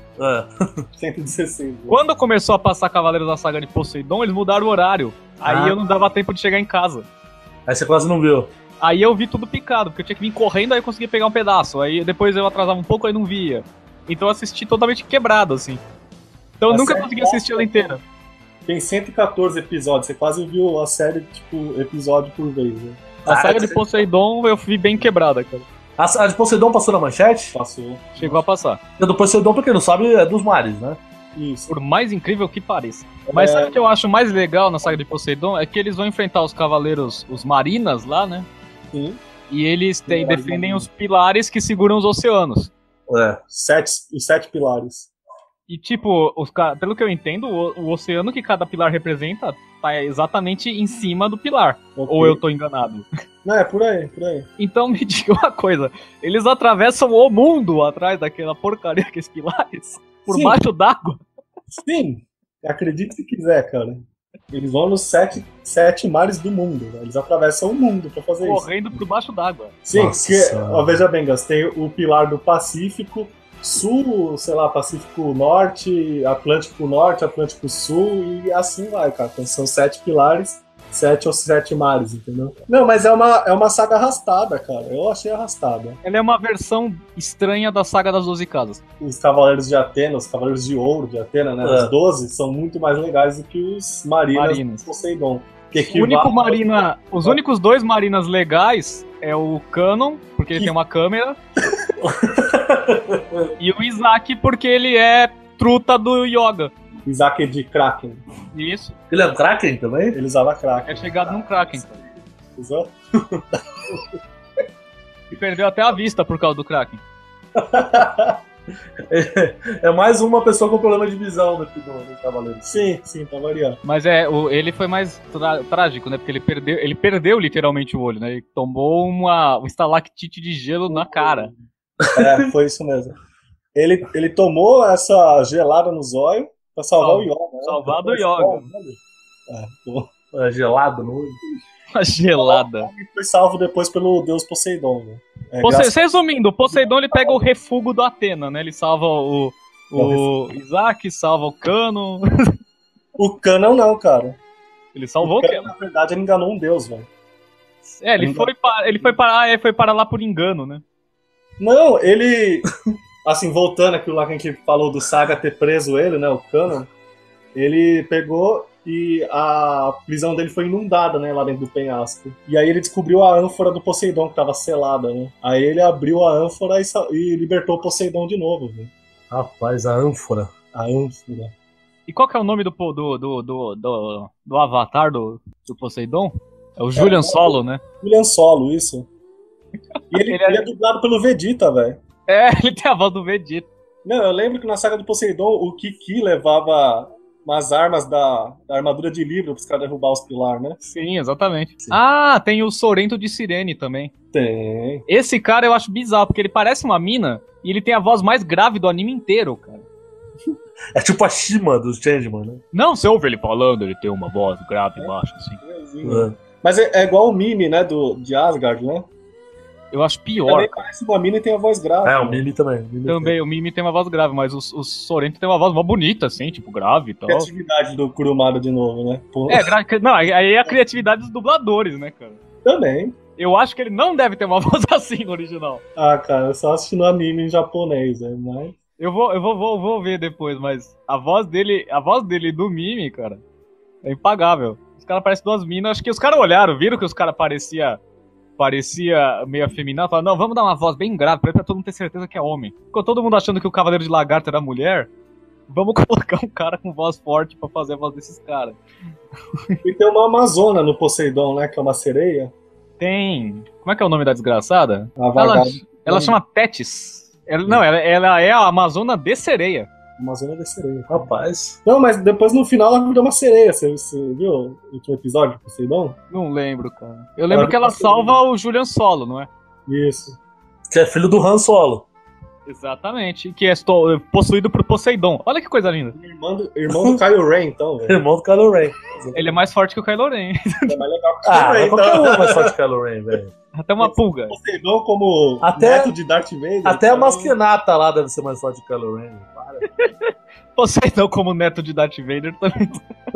116. Quando começou a passar Cavaleiros da Saga de Poseidon, eles mudaram o horário. Aí eu não dava tempo de chegar em casa. Aí você quase não viu. Aí eu vi tudo picado, porque eu tinha que vir correndo, aí eu conseguia pegar um pedaço. Aí depois eu atrasava um pouco, aí não via. Então eu assisti totalmente quebrado, assim. Então eu nunca consegui assistir ela inteira. Tem 114 episódios, você quase viu a série, tipo, episódio por vez, né? A saga de Poseidon eu vi bem quebrada, cara. A de Poseidon passou na manchete? Passou. Chegou a passar. E a do Poseidon, pra quem não sabe, é dos mares, né? Isso. Por mais incrível que pareça. Mas sabe o que eu acho mais legal na saga de Poseidon? É que eles vão enfrentar os cavaleiros, os marinas lá, né? Sim. E eles defendem os pilares que seguram os oceanos. Os 7 pilares. E tipo, pelo que eu entendo, o oceano que cada pilar representa tá exatamente em cima do pilar. Okay. Ou eu tô enganado? Não, é por aí. Então me diga uma coisa, eles atravessam o mundo atrás daquela porcaria que esses pilares? Por baixo d'água? Sim, acredite se quiser, cara. Eles vão nos 7 mares do mundo, né? Eles atravessam o mundo pra fazer isso. Correndo por baixo d'água. Sim, veja bem, Gus, tem o pilar do Pacífico Sul, sei lá, Pacífico Norte, Atlântico Norte, Atlântico Sul, e assim vai, cara. Então são 7 pilares, 7 ou 7 mares, entendeu? Não, mas é uma saga arrastada, cara. Eu achei arrastada. Ela é uma versão estranha da saga das 12 casas. Os Cavaleiros de Atena, os Cavaleiros de Ouro de Atena, né? Os 12 são muito mais legais do que os Marinas de Poseidon. Os únicos 2 Marinas legais é o Canon, porque ele tem uma câmera, e o Isaac, porque ele é truta do Yoga. Isaac é de Kraken. Isso. Ele é um Kraken também? Ele usava Kraken. É chegado num Kraken. Usou? E perdeu até a vista por causa do Kraken. É mais uma pessoa com problema de visão no Cavaleiro. Sim, tá variando. Mas ele foi mais trágico, né? Porque ele perdeu literalmente o olho, né? Ele tomou um estalactite de gelo na cara. Foi isso mesmo. Ele tomou essa gelada no zóio pra salvar o Yoga. Né? Salvar do Yoga. Gelado no olho. A gelada. E foi salvo depois pelo deus Poseidon, né? Resumindo, o Poseidon ele pega o refúgio do Atena, né? Ele salva o Isaac, salva o Canon. O Canon não, cara. Ele salvou o Canon. Na verdade, ele enganou um deus, velho. Ele foi para lá por engano, né? Não, ele... Assim, voltando aquilo lá que a gente falou do Saga ter preso ele, né? O Canon. Ele pegou... E a prisão dele foi inundada, né, lá dentro do penhasco. E aí ele descobriu a ânfora do Poseidon, que tava selada, né? Aí ele abriu a ânfora e libertou o Poseidon de novo, né? Rapaz, a ânfora. A ânfora. E qual que é o nome do avatar do Poseidon? É o Julian Solo, né? Julian Solo, isso. E ele é dublado pelo Vegeta, velho. Ele tem a voz do Vegeta. Não, eu lembro que na saga do Poseidon, o Kiki levava... umas armas da armadura de Libra pros caras derrubar os pilares, né? Sim, exatamente. Sim. Ah, tem o Sorrento de Sirene também. Tem. Esse cara eu acho bizarro, porque ele parece uma mina e ele tem a voz mais grave do anime inteiro, cara. É tipo a Shima dos Changeman, né? Não, você ouve ele falando, ele tem uma voz grave e baixa, assim. Mas é igual o Mimi, né, de Asgard, né? Eu acho pior. Também parece uma mina e tem a voz grave. O Mimi também. O Mimi tem uma voz grave, mas o Sorrento tem uma voz mó bonita, assim, tipo, grave e tal. Criatividade do Kurumada de novo, né? Não, aí é a criatividade dos dubladores, né, cara? Também. Eu acho que ele não deve ter uma voz assim no original. Ah, cara, eu só assisti no anime em japonês, né? Mas... Eu vou ver depois, mas a voz dele do Mimi, cara, é impagável. Os caras parecem 2 minas, acho que os caras olharam, viram que os caras parecia meio afeminado, falaram, não, vamos dar uma voz bem grave pra todo mundo ter certeza que é homem. Ficou todo mundo achando que o Cavaleiro de Lagarto era mulher, vamos colocar um cara com voz forte pra fazer a voz desses caras. E tem uma Amazona no Poseidon, né, que é uma sereia. Tem... Como é que é o nome da desgraçada? Ela chama Tétis. Ela é a Amazona de sereia. Amazônia de sereia. Rapaz. Não, mas depois no final ela virou uma sereia. Você viu o último episódio do Poseidon? Não lembro, cara. Eu lembro que ela salva o Julian Solo, não é? Isso. Que é filho do Han Solo. Exatamente. Que é possuído por Poseidon. Olha que coisa linda. Irmão do Kylo Ren, então, velho. Irmão do Kylo Ren. Ele é mais forte que o Kylo Ren. É mais legal que o Kylo Ren, qualquer então. um é mais forte que o Kylo Ren, velho. Até uma pulga. Poseidon como Até- neto de Darth Vader. Até então- a Masquinata lá deve ser mais forte que o Kylo Ren. Para. Poseidon como neto de Darth Vader também.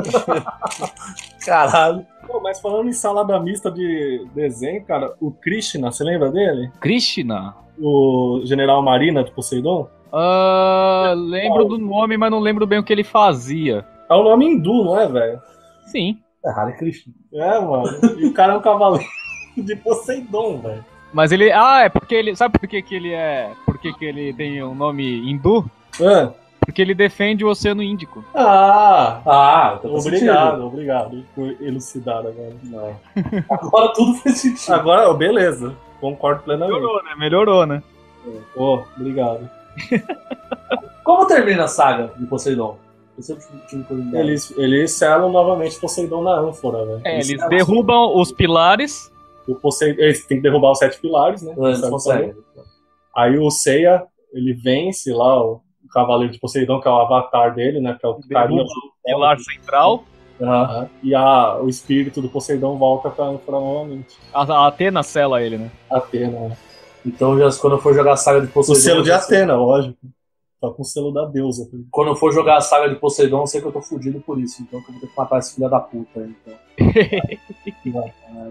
Caralho. Pô, mas falando em salada mista de desenho, cara, o Krishna, você lembra dele? Krishna? O General Marina do Poseidon? Lembro do nome, mas não lembro bem o que ele fazia. É o nome hindu, não é, velho? Sim. É Hare Krishna. É, mano. E o cara é um cavaleiro de Poseidon, velho. Mas ele... Ah, é porque ele... Sabe por que que ele é... Por que que ele tem um nome hindu? É. Porque ele defende o Oceano Índico. Então Obrigado por elucidar agora. Não. Agora tudo faz sentido. Agora, beleza. Concordo plenamente. Melhorou, né? Pô, obrigado. Como termina a saga de Poseidon? Eu sempre tive curiosidade. Eles selam novamente Poseidon na ânfora, velho. Eles derrubam os pilares. Eles têm que derrubar os 7 pilares, né? Eles conseguem. Aí o Seiya, ele vence lá o Cavaleiro de Poseidon, que é o avatar dele, né? Que é o carinha Derruba o pilar central. E o espírito do Poseidon volta pra ânfora novamente. A Atena sela ele, né? Atena. Então, quando eu for jogar a saga de O Poseidon... selo de Atena, lógico. Tá com o selo da deusa. Quando eu for jogar a saga de Poseidon, eu sei que eu tô fudido por isso. Então eu vou ter que matar esse filho da puta aí. Então.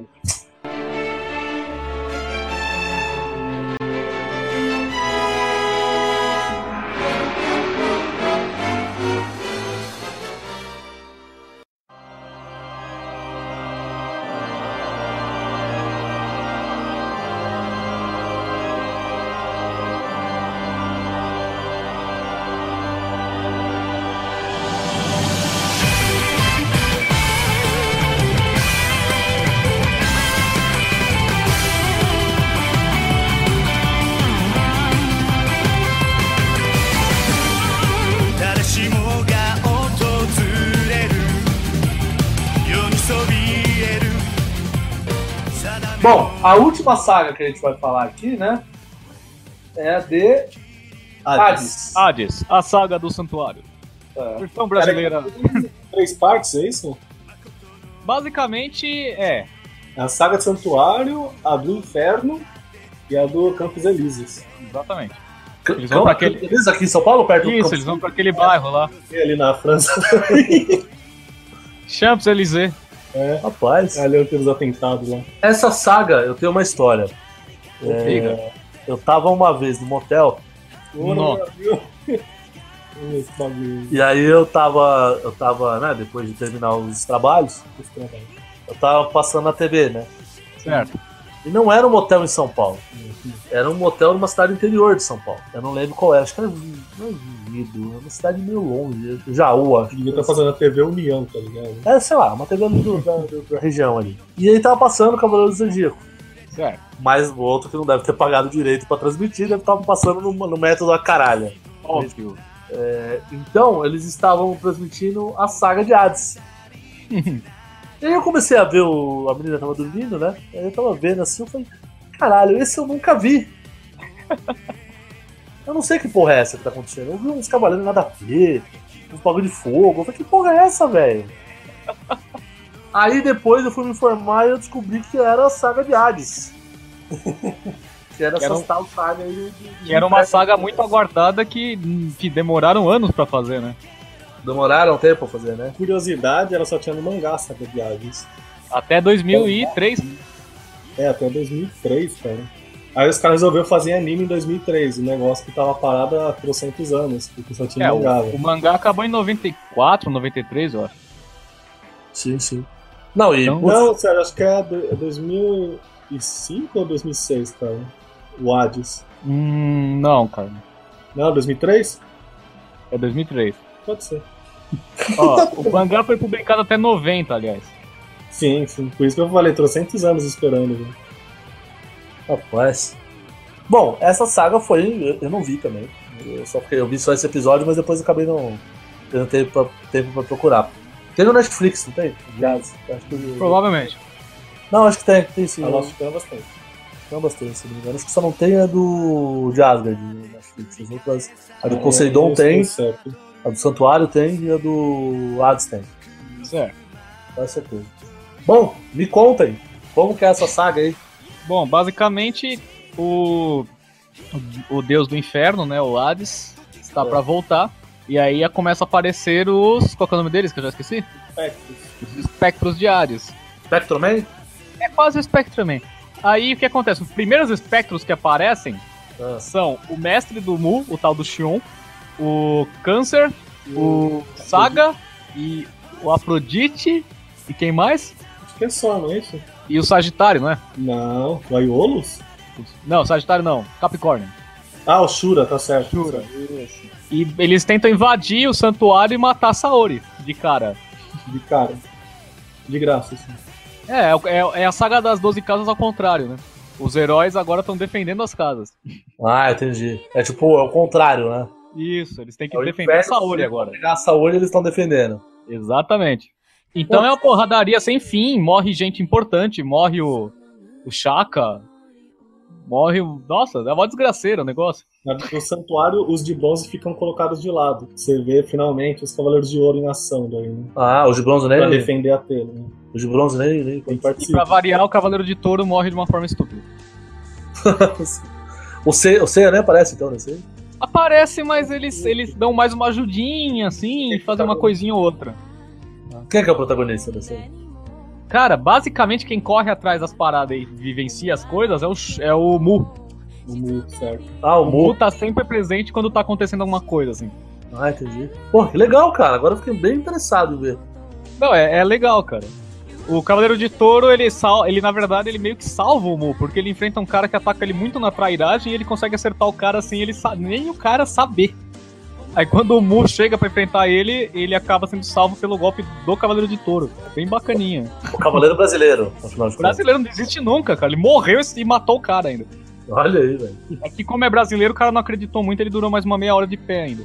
Bom, a última saga que a gente vai falar aqui, né? É a de Hades. A saga do santuário. Versão brasileira. 3 partes, é isso? Basicamente é. A saga do santuário, a do inferno e a do Campos Elíseos. Exatamente. Eles vão pra aquele... Eles aqui em São Paulo, perto do Isso, eles vão pra aquele bairro lá. E ali na França. Champs-Élysées. É. Rapaz. Ali onde tem os atentados lá. Essa saga, eu tenho uma história. Eu tava uma vez no motel. E aí eu tava, né, depois de terminar os trabalhos, eu tava passando na TV, né? Certo. E não era um motel em São Paulo. Era um motel numa cidade interior de São Paulo. Eu não lembro qual era. Acho que era Vido. Era uma cidade meio longe. Jaú, acho. Devia estar fazendo a TV União, tá ligado? É, sei lá, uma TV ali da região ali. E aí tava passando o Cavaleiro do Zodíaco. Certo. Mas o outro que não deve ter pagado direito pra transmitir, deve estar passando no método da caralha. Óbvio. Então, eles estavam transmitindo a saga de Hades. E aí eu comecei a ver a menina tava dormindo, né? Aí eu tava vendo assim, eu falei, caralho, esse eu nunca vi. Eu não sei que porra é essa que tá acontecendo. Eu vi uns cavaleiros nada a ver, uns bagulho de fogo. Eu falei, que porra é essa, velho? Aí depois eu fui me informar e eu descobri que era a saga de Hades. Que era essa tal saga aí. Que era uma saga muito aguardada que demoraram anos pra fazer, né? Demoraram um tempo pra fazer, né? Curiosidade, ela só tinha no mangá a saga de Hades. Até 2003. Até 2003, cara. Aí os caras resolveram fazer anime em 2003, um negócio que tava parado há 300 anos, porque só tinha mangá. O mangá acabou em 94, 93, eu acho. Sim. Não, Não, sério, acho que é 2005 ou 2006, cara? O Hades. Não, cara. Não, 2003? É 2003. Pode ser. Ó, o mangá foi publicado até 90, aliás. Sim. Por isso que eu falei, 300 anos esperando, velho. Rapaz. Bom, essa saga foi... Eu não vi também. Eu vi só esse episódio, mas depois eu acabei não tendo tempo pra procurar. Tem no Netflix, não tem? Acho que... Provavelmente. Não, acho que tem sim. A Lost Canvas tem. Tem bastante, se não me engano. Acho que só não tem a do de Asgard, Netflix. As outras, a do Poseidon tem, a do Santuário tem e a do Hades tem. Certo. Vai ser coisa. Bom, me contem, como que é essa saga aí? Bom, basicamente, o deus do inferno, né, o Hades, está pra voltar. E aí começa a aparecer os... Qual que é o nome deles, que eu já esqueci? Os espectros de Hades. Spectreman? É quase o Spectreman. Aí o que acontece? Os primeiros espectros que aparecem são o mestre do Mu, o tal do Xion, o Câncer, o Saga e o Afrodite. E quem mais? Acho que é só, não é isso? E o Sagitário, não é? Não, o Aiolos? Não, Sagitário não, Capricórnio. Ah, o Shura, tá certo. Shura. Isso. E eles tentam invadir o santuário e matar a Saori, de cara. De cara. De graça, assim. É a saga das 12 casas ao contrário, né? Os heróis agora estão defendendo as casas. Ah, entendi. É tipo, é o contrário, né? Isso, eles têm que defender a Saori agora. Pegar a Saori eles estão defendendo. Exatamente. Então é uma porradaria sem fim, morre gente importante, morre o Shaka, morre o... Nossa, é uma desgraceira o negócio. No santuário, os de bronze ficam colocados de lado. Você vê, finalmente, os Cavaleiros de Ouro em ação daí, né? Ah, os de bronze nem... Pra defender a Atena, né? Os de bronze nem E pra variar, o Cavaleiro de Touro morre de uma forma estúpida. O Seiya, né? Aparece então, né? Aparece, mas eles dão mais uma ajudinha, assim, e fazem uma coisinha ou outra. Quem é que é o protagonista dessa aí? Cara, basicamente quem corre atrás das paradas e vivencia as coisas é o Mu. O Mu, certo. Ah, o Mu tá sempre presente quando tá acontecendo alguma coisa, assim. Ah, entendi. Pô, que legal, cara. Agora eu fiquei bem interessado em ver. Não, é legal, cara. O Cavaleiro de Touro, ele na verdade, ele meio que salva o Mu, porque ele enfrenta um cara que ataca ele muito na trairagem e ele consegue acertar o cara sem nem o cara saber. Aí quando o Mu chega pra enfrentar ele acaba sendo salvo pelo golpe do Cavaleiro de Touro. Bem bacaninha. O Cavaleiro brasileiro, afinal de contas. O brasileiro não existe nunca, cara. Ele morreu e matou o cara ainda. Olha aí, velho. É que como é brasileiro, o cara não acreditou muito, ele durou mais uma meia hora de pé ainda.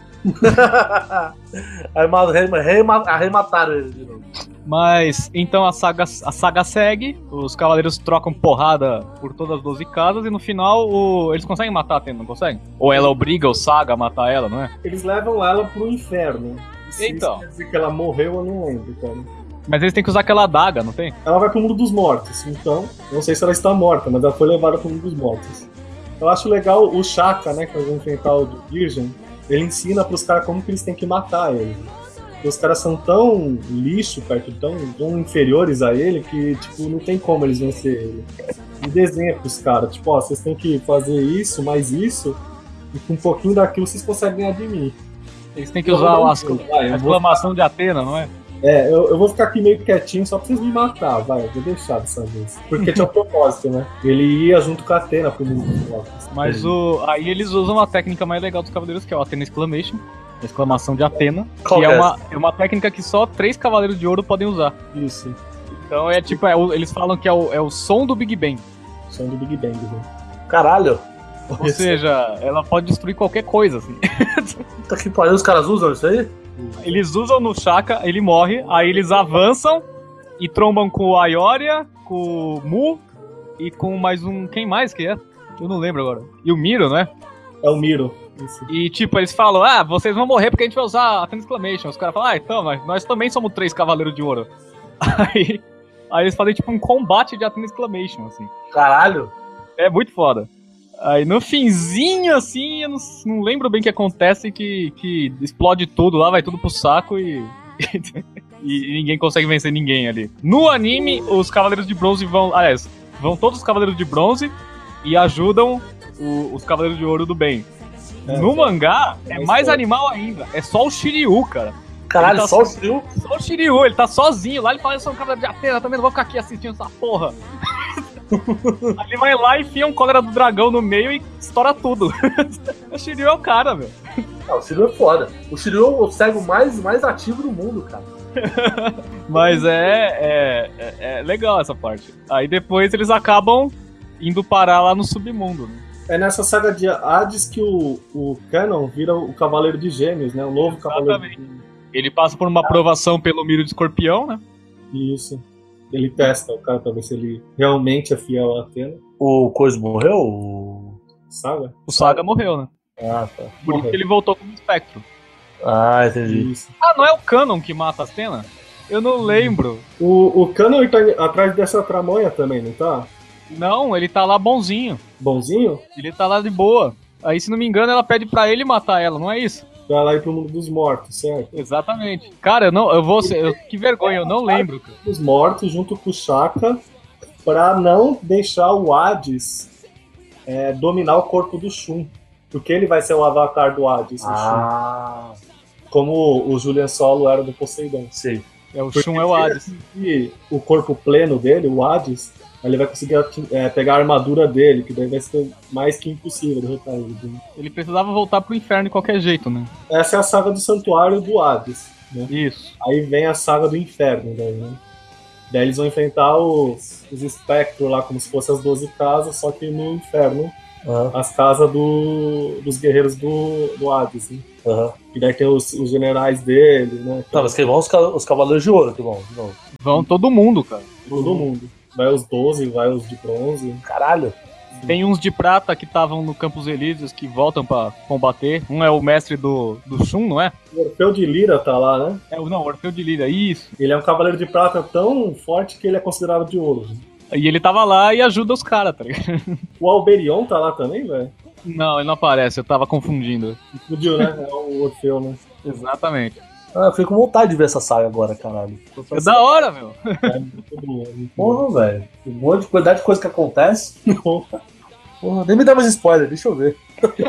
Aí arremataram ele de novo. Mas, então a saga segue, os cavaleiros trocam porrada por todas as 12 casas e no final eles conseguem matar a Atena, não conseguem? Ou ela obriga o Saga a matar ela, não é? Eles levam ela pro inferno. Então. Quer dizer que ela morreu, eu não lembro, cara. Mas eles têm que usar aquela adaga, não tem? Ela vai pro mundo dos mortos, então, não sei se ela está morta, mas ela foi levada pro mundo dos mortos. Eu acho legal o Shaka, né, que nós vamos enfrentar o do Virgem, ele ensina pros caras como que eles têm que matar ele. Porque os caras são tão lixo, perto, tão inferiores a ele, que, tipo, não tem como eles vencer ele. E desenha pros caras, tipo, ó, vocês têm que fazer isso, mais isso, e com um pouquinho daquilo vocês conseguem ganhar de mim. Eles têm que usar a exclamação de Atena, não é? Eu vou ficar aqui meio quietinho só pra vocês me matar, vai, eu vou deixar dessa vez. Porque tinha um propósito, né? Ele ia junto com a Atena pro mundo dos mortos. Mas aí eles usam a técnica mais legal dos cavaleiros, que é o Athena Exclamation, a exclamação de Atena, que é uma técnica que só 3 cavaleiros de ouro podem usar. Isso. Então é tipo, eles falam que é o som do Big Bang. Som do Big Bang, né? Caralho! Ou seja, ela pode destruir qualquer coisa, assim. Puta que pariu, os caras usam isso aí? Eles usam no Shaka, ele morre, aí eles avançam e trombam com o Aioria, com o Mu e com mais um... Quem mais que é? Eu não lembro agora. E o Miro, né? É o Miro. Isso. E tipo, eles falam, vocês vão morrer porque a gente vai usar a Athena Exclamation. Os caras falam, então, mas nós também somos 3 cavaleiros de ouro. Aí eles fazem tipo um combate de Athena Exclamation, assim. Caralho! É muito foda. Aí no finzinho, assim, eu não lembro bem o que acontece, que explode tudo lá, vai tudo pro saco e ninguém consegue vencer ninguém ali. No anime, os Cavaleiros de Bronze vão todos os Cavaleiros de Bronze e ajudam os Cavaleiros de Ouro do bem. No mangá, é mais animal ainda. É só o Shiryu, cara. Caralho, só o Shiryu? Só o Shiryu, ele tá sozinho lá, ele fala, eu sou um Cavaleiro de Atena, também não vou ficar aqui assistindo essa porra. Aí ele vai lá e enfia um cólera do dragão no meio e estoura tudo. O Shiryu é o cara, velho. O Shiryu é foda. O Shiryu é o cego mais ativo do mundo, cara. Mas é legal essa parte. Aí depois eles acabam indo parar lá no submundo, né? É nessa saga de Hades que o Canon vira o Cavaleiro de Gêmeos, né? O novo Cavaleiro de... Ele passa por uma aprovação pelo Miro de Escorpião, né? Isso. Ele testa o cara pra ver se ele realmente é fiel a Athena. O Coisa morreu? O Saga? O Saga morreu, né? Ah, tá. Por isso que ele voltou como espectro. Ah, entendi. Isso. Ah, não é o Canon que mata a Athena? Eu não lembro. O Canon tá atrás dessa tramonha também, não tá? Não, ele tá lá bonzinho. Bonzinho? Ele tá lá de boa. Aí, se não me engano, ela pede pra ele matar ela, não é isso? Pra lá ir pro mundo dos mortos, certo? Exatamente. Cara, que vergonha, eu não lembro. Cara. Os mortos junto com o Shaka pra não deixar o Hades dominar o corpo do Shun. Porque ele vai ser o avatar do Hades, o Shun. Como o Julian Solo era do Poseidon. Sim. O Shun é o Hades. E o corpo pleno dele, o Hades, ele vai conseguir pegar a armadura dele, que daí vai ser mais que impossível derrotar ele. Né? Ele precisava voltar pro inferno de qualquer jeito, né? Essa é a saga do Santuário do Hades. Né? Isso. Aí vem a saga do Inferno, daí, né? Daí eles vão enfrentar os espectros lá, como se fossem as 12 casas, só que no Inferno. As casas dos guerreiros do Hades, né? E daí tem os generais dele, né? Tá, mas que vão os Cavaleiros de Ouro, que vão. Vão todo mundo, cara. Todo mundo. Vai os 12, vai os de bronze. Caralho. Tem uns de prata que estavam no Campos Elíseos que voltam pra combater. Um é o mestre do Shun, não é? O Orfeu de Lira tá lá, né? Não, o Orfeu de Lira, isso. Ele é um cavaleiro de prata tão forte que ele é considerado de ouro. Né? E ele tava lá e ajuda os caras, tá ligado? O Alberion tá lá também, velho? Não, ele não aparece, eu tava confundindo. Confundiu, né? É o Orfeu, né? Exatamente. Ah, eu fiquei com vontade de ver essa saga agora, caralho. É da hora, meu. Porra, velho. Um monte de quantidade de coisa que acontece. Porra, nem me dá mais spoiler, deixa eu ver.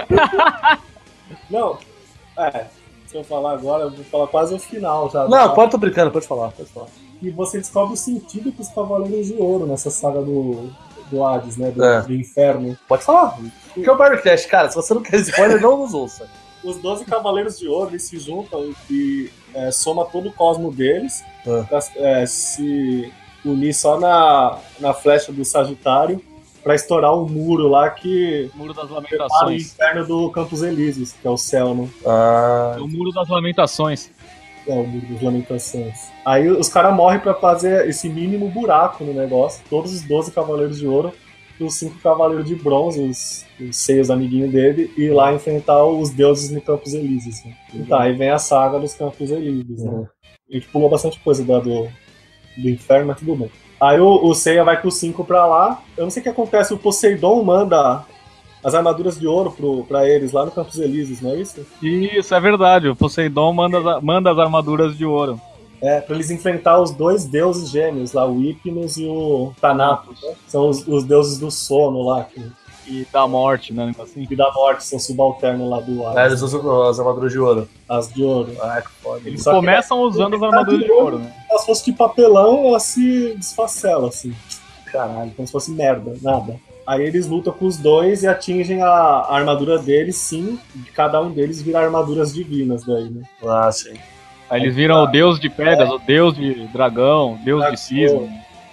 Não, se eu falar agora, eu vou falar quase o final já. Não, pode, tô brincando, pode falar. E você descobre o sentido dos Cavaleiros de Ouro nessa saga do Hades, né? Do Inferno. Pode falar. Porque é o Barcast, cara, se você não quer spoiler, não nos ouça. Os 12 Cavaleiros de Ouro, eles se juntam e soma todo o cosmo deles pra se unir só na flecha do Sagitário pra estourar o muro lá que... Muro das o Lamentações. inferno do Campos Elíseos, que é o céu, né? É o Muro das Lamentações. É, o Muro das Lamentações. Aí os caras morrem pra fazer esse mínimo buraco no negócio. Todos os 12 Cavaleiros de Ouro e os 5 Cavaleiros de Bronze, os 6 amiguinhos dele, e ir lá enfrentar os deuses no Campos Elíseos. Né? Tá, aí vem a saga dos Campos Elíseos. Né? A gente pulou bastante coisa do inferno, mas tudo bem. Aí o Seiya vai com os 5 pra lá. Eu não sei o que acontece, o Poseidon manda as armaduras de ouro pra eles lá no Campos Elíseos, não é isso? Isso, é verdade. O Poseidon manda as armaduras de ouro. Pra eles enfrentar os 2 deuses gêmeos lá, o Hypnos e o Thanatos. Né? São os deuses do sono lá. E da morte, né? Assim. E da morte, são subalternos lá do ar. Eles usam as armaduras de ouro. As de ouro. Que foda. Eles começam usando as armaduras de ouro, né? Se elas fossem de papelão, elas se desfacelam, assim. Caralho. Como se fosse merda, nada. Aí eles lutam com os 2 e atingem a armadura deles, sim. E cada um deles vira armaduras divinas daí, né? Ah, sim. Aí eles viram o deus de pedras, o deus de dragão, o deus de cisne.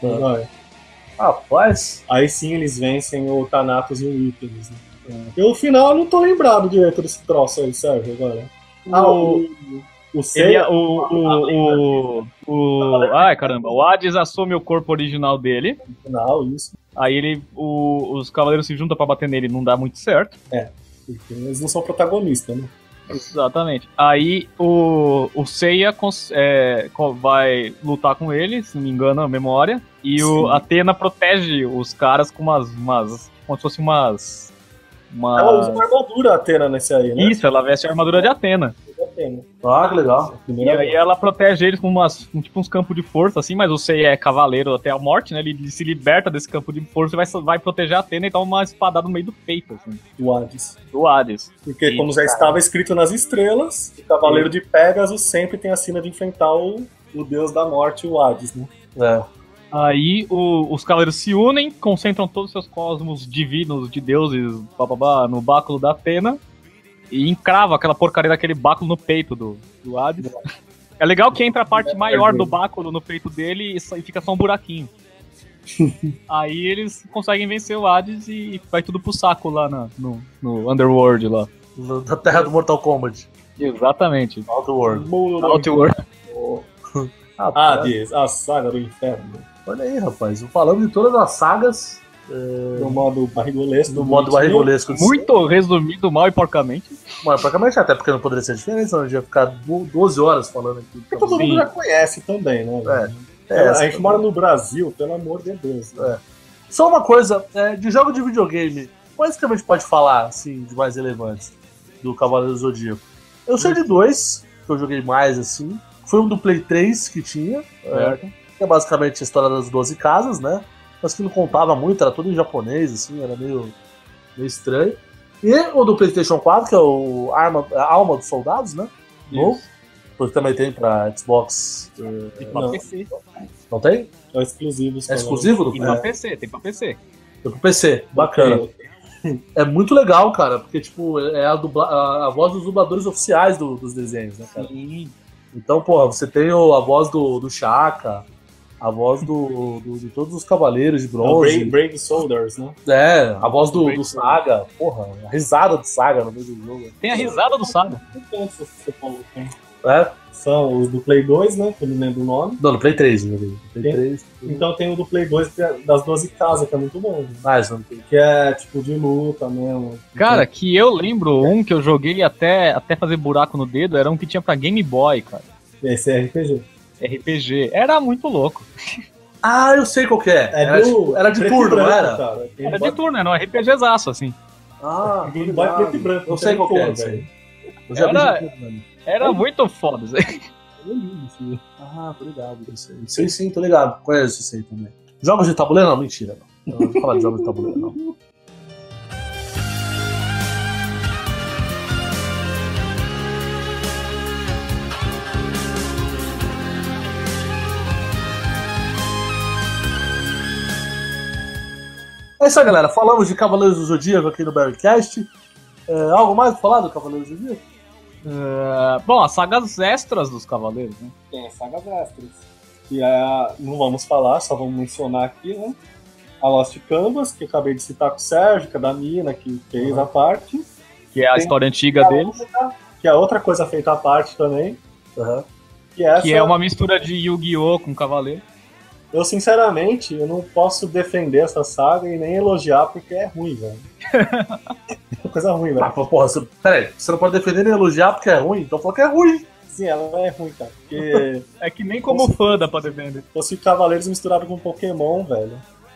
Rapaz. Aí sim eles vencem o Thanatos e o Hypnos, né? E o final eu não tô lembrado direito desse troço aí, Sérgio, agora. O Seiya... Ai, caramba. O Hades assume o corpo original dele. Final, isso. Aí os cavaleiros se juntam pra bater nele, não dá muito certo. Porque eles não são protagonistas, né? Exatamente. Aí o Seiya vai lutar com ele, se não me engano a memória. E o Athena protege os caras com como se fosse umas... Ela usa uma armadura, Athena, nesse aí, né? Isso, ela veste a armadura de Athena. Ah, que legal. E aí ela protege eles com uns campos de força, assim, mas o Seiya é cavaleiro até a morte, né? Ele se liberta desse campo de força e vai proteger a Athena e toma uma espadada no meio do peito, assim. Do Hades. Porque como já estava escrito nas estrelas, o Cavaleiro de Pégasus sempre tem a sina de enfrentar o deus da morte, o Hades, né? Aí os cavaleiros se unem, concentram todos os seus cosmos divinos de deuses no báculo da Athena e encrava aquela porcaria daquele báculo no peito do Hades. É legal que entra a parte maior do báculo no peito dele e fica só um buraquinho. Aí eles conseguem vencer o Hades e vai tudo pro saco lá no Underworld lá. Da terra do Mortal Kombat. Exatamente. Outworld. Hades, a saga do inferno. Olha aí, rapaz. Falando de todas as sagas. No modo barrigolesco. No modo barrigolesco. Muito resumido, mal e porcamente. Mal e porcamente, até porque não poderia ser diferente, senão a gente ia ficar 12 horas falando aqui. Porque todo mundo já conhece também, né? A gente mora no Brasil, pelo amor de Deus. Só uma coisa, de jogo de videogame, quais que a gente pode falar, assim, de mais relevantes do Cavaleiro do Zodíaco? Eu sei de dois, que eu joguei mais, assim. Foi um do Play 3 que tinha, que é basicamente a história das 12 casas, né? Mas que não contava muito, era tudo em japonês, assim, era meio estranho. E o do PlayStation 4, que é o Alma dos Soldados, né? Novo. Porque também tem pra Xbox. E pra PC. Não tem? É exclusivo. É exclusivo do Tem pra PC, tem pra PC. Tem pro PC, bacana. É muito legal, cara, porque, tipo, é a voz dos dubladores oficiais dos desenhos, né, cara? Sim. Então, porra, você tem a voz do Shaka, a voz de todos os Cavaleiros de Bronze. Brave Soldiers, né? A voz do Saga. Porra, a risada do Saga no meio do jogo. Tem a risada do Saga. Você falou, são os do Play 2, né? Que eu não lembro o nome. Não, no Play 3, eu joguei. Play 3. Então tem o do Play 2 que é das 12 casas, que é muito bom. Que é tipo de luta mesmo. Cara, que eu lembro um que eu joguei até fazer buraco no dedo, era um que tinha pra Game Boy, cara. Esse é RPG. RPG. Era muito louco. Ah, eu sei qual que é. Era de turno, não era? Cara. Era de turno, era um RPGzaço, assim. Game Boy preto e branco. Eu sei qual que é, velho. Eu já era muito foda, velho. Tô ligado. Sei sim, tô ligado. Conheço isso aí também. Jogos de tabuleiro? Não, mentira. Não vou falar de jogos de tabuleiro, não. É isso aí, galera. Falamos de Cavaleiros do Zodíaco aqui no Barrycast. Algo mais pra falar do Cavaleiros do Zodíaco? Bom, as sagas extras dos Cavaleiros, né? Tem as sagas extras. Que não vamos falar, só vamos mencionar aqui, né? A Lost Canvas, que eu acabei de citar com o Sérgio, que é da mina, que fez a parte. Que é a história antiga deles. Que é outra coisa feita à parte também. Que é uma mistura de Yu-Gi-Oh! Com Cavaleiro. Eu, sinceramente, eu não posso defender essa saga e nem elogiar porque é ruim, velho. É coisa ruim, velho. Porra, peraí, você não pode defender nem elogiar porque é ruim? Então fala que é ruim. Sim, ela é ruim, cara. Porque... é que nem como fã dá pra defender. Fosse Cavaleiros misturado com Pokémon, velho.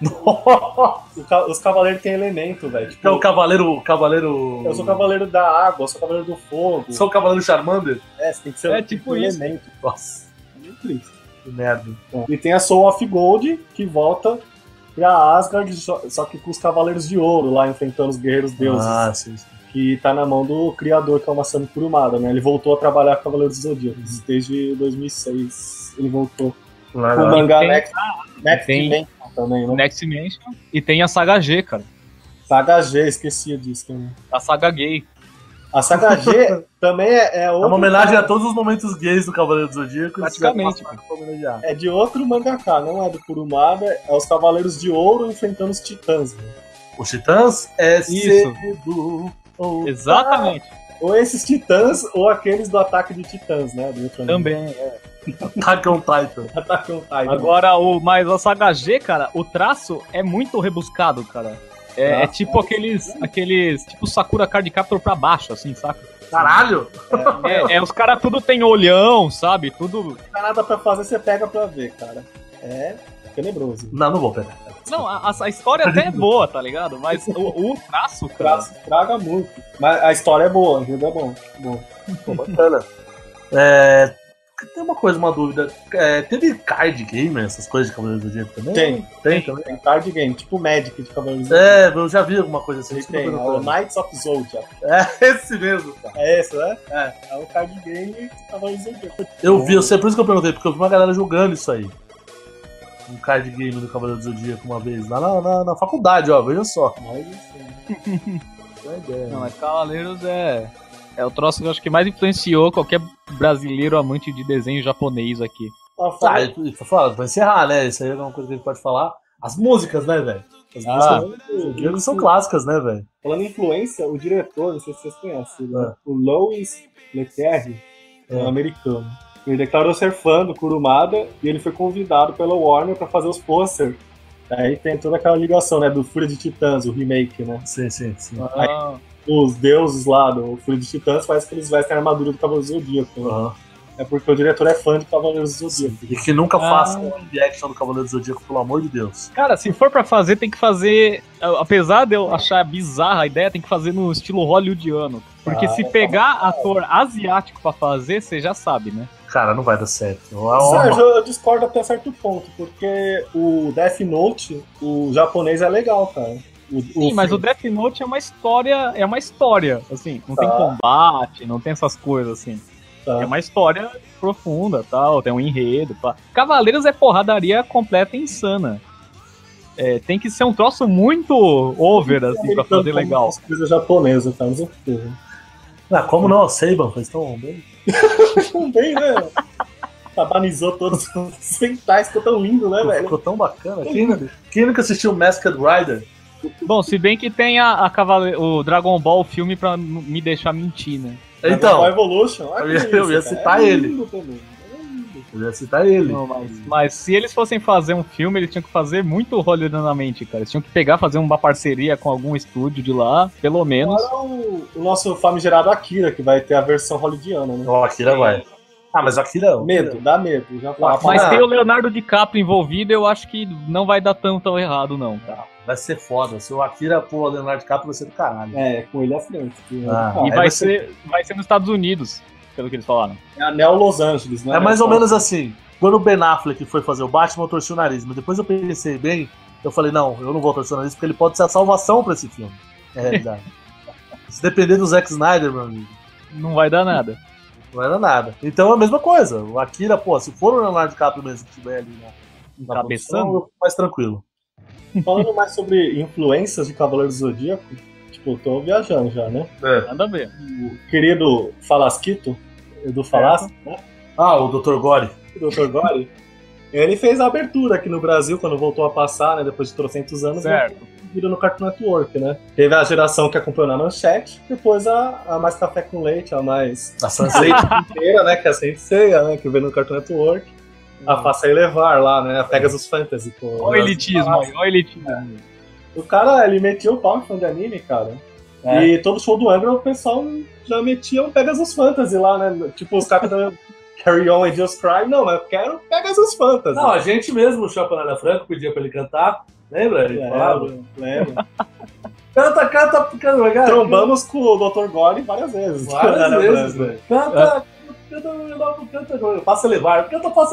Os Cavaleiros têm elemento, velho. Tipo, é o Cavaleiro. Eu sou o Cavaleiro da Água, eu sou o Cavaleiro do Fogo. Sou o Cavaleiro Charmander? Você tem que ser tipo isso. Elemento. Nossa, é muito triste. Que merda. E tem a Soul of Gold, que volta pra Asgard, só que com os Cavaleiros de Ouro, lá enfrentando os Guerreiros Deuses. Sim. Que tá na mão do criador, que é o Masami Kurumada, né? Ele voltou a trabalhar com Cavaleiros do Zodíaco desde 2006. Ele voltou. Com o mangá Next Dimension também, né? Next Dimension. E tem a Saga G, cara. Saga G, esquecia disso também. A Saga Gay. A Saga G também é outro. É uma homenagem a todos os momentos gays do Cavaleiro do Zodíaco. Praticamente. É de outro mangaka, não é do Kurumada. É os Cavaleiros de Ouro enfrentando os Titãs. Né? Os Titãs é isso. Exatamente. Ou esses Titãs, ou aqueles do Ataque de Titãs, né? Também, Attack on Titan. Attack on Titan. Agora, mas a Saga G, cara, o traço é muito rebuscado, cara. É tipo aqueles tipo Sakura Card Captor pra baixo, assim, saca? Caralho! Os caras tudo tem olhão, sabe? Tudo. Não tem nada pra fazer, você pega pra ver, cara. É tenebroso. Não vou pegar. Não, a história até é boa, tá ligado? Mas o traço, cara. O traço estraga muito. Mas a história é boa, o jogo é bom. Pô, bacana. Tem uma dúvida. Teve card game, essas coisas de Cavaleiros do Zodíaco também? Tem também. Tem card game, tipo Magic de Cavaleiros do Zodíaco. Eu já vi alguma coisa assim. Tem, é o Knights of Zodiac. É esse mesmo, cara. É esse, né? É um card game de Cavaleiros do Zodíaco. Eu sei, por isso que eu perguntei, porque eu vi uma galera jogando isso aí. Um card game do Cavaleiro do Zodíaco uma vez, lá na faculdade, ó, veja só. Não, mas Cavaleiros é o troço que eu acho que mais influenciou qualquer brasileiro amante de desenho japonês aqui. Pra encerrar, né? Isso aí é uma coisa que a gente pode falar. As músicas, né, velho? As músicas são clássicas, né, velho? Falando em influência, o diretor, não sei se vocês conhecem, o Louis Leterrier, é um americano. Ele declarou ser fã do Kurumada e ele foi convidado pela Warner pra fazer os posters. Aí tem toda aquela ligação, né, do Fúria de Titãs, o remake, né? Sim. Aí, os deuses lá do Fúria de Titãs faz que eles vestem a armadura do Cavaleiro do Zodíaco. Né? É porque o diretor é fã de Cavaleiros do Zodíaco. E que nunca faça um live action do Cavaleiro do Zodíaco, pelo amor de Deus. Cara, se for pra fazer, tem que fazer... Apesar de eu achar bizarra a ideia, tem que fazer no estilo hollywoodiano. Porque se pegar ator asiático pra fazer, você já sabe, né? Cara, não vai dar certo. Sérgio, eu discordo até certo ponto, porque o Death Note, o japonês é legal, cara. Sim, mas o Death Note é uma história, assim, não tem combate, não tem essas coisas, assim. É uma história profunda, tal, tem um enredo, pá. Cavaleiros é porradaria completa e insana. Tem que ser um troço muito over, assim, pra fazer legal. Coisa japonesa, tá? Não sei. Como não? Seiban faz tão bem. Tão bem, né? Tabanizou todos os ventais, ficou tão lindo, né, velho? Ficou tão bacana. Quem nunca assistiu Masked Rider? Bom, se bem que tem o Dragon Ball, o filme, pra me deixar mentir, né? Então, Dragon Ball Evolution, eu ia citar ele. Eu ia citar ele. Não, mas se eles fossem fazer um filme, eles tinham que fazer muito hollywoodianamente, cara. Eles tinham que fazer uma parceria com algum estúdio de lá, pelo menos. Agora o nosso famigerado Akira, que vai ter a versão hollywoodiana, né? O Akira vai. Mas o Akira... Dá medo. Já mas tem o Leonardo DiCaprio envolvido, eu acho que não vai dar tão errado, não, cara. Vai ser foda. Se o Akira pôr o Leonardo DiCaprio, vai ser do caralho. Com ele à frente. E vai ser nos Estados Unidos, pelo que eles falaram. É a Neo Los Angeles, né? É mais ou menos assim. Quando o Ben Affleck foi fazer o Batman, eu torci o nariz. Mas depois eu pensei bem, eu falei, não, eu não vou torcer o nariz, porque ele pode ser a salvação pra esse filme. É a realidade. Se depender do Zack Snyder, meu amigo... Não vai dar nada. Não vai dar nada. Então é a mesma coisa. O Akira, se for o Leonardo DiCaprio mesmo que estiver ali na cabeçando, eu fico mais tranquilo. Falando mais sobre influências de Cavaleiros do Zodíaco, tipo, tô viajando já, né? Nada a ver. O querido Falasquito, do Falasco, né? O Dr. Gore. O Dr. Gore, ele fez a abertura aqui no Brasil, quando voltou a passar, né? Depois de trocentos anos, certo. Virou no Cartoon Network, né? Teve a geração que acompanhou na Manchete, depois a mais Café com Leite, a mais... A Sunset inteira, né? Que é a Senseiya, né? Que veio no Cartoon Network. A Faça e Levar lá, né? A Pegasus Fantasy. Pô, olha o elitismo. O cara, ele metia o pau em fã de anime, cara. E todo show do Angra, o pessoal já metia um Pegasus Fantasy lá, né? Tipo, os caras da Carry On and Just Cry. Não, mas eu quero Pegasus Fantasy. Não, a gente mesmo, o Chapanela Franco, pedia pra ele cantar. Lembra? Ele falava. Lembra. Canta. Trombamos com o Dr. Gore várias vezes. Várias vezes, velho. Canta, faça levar.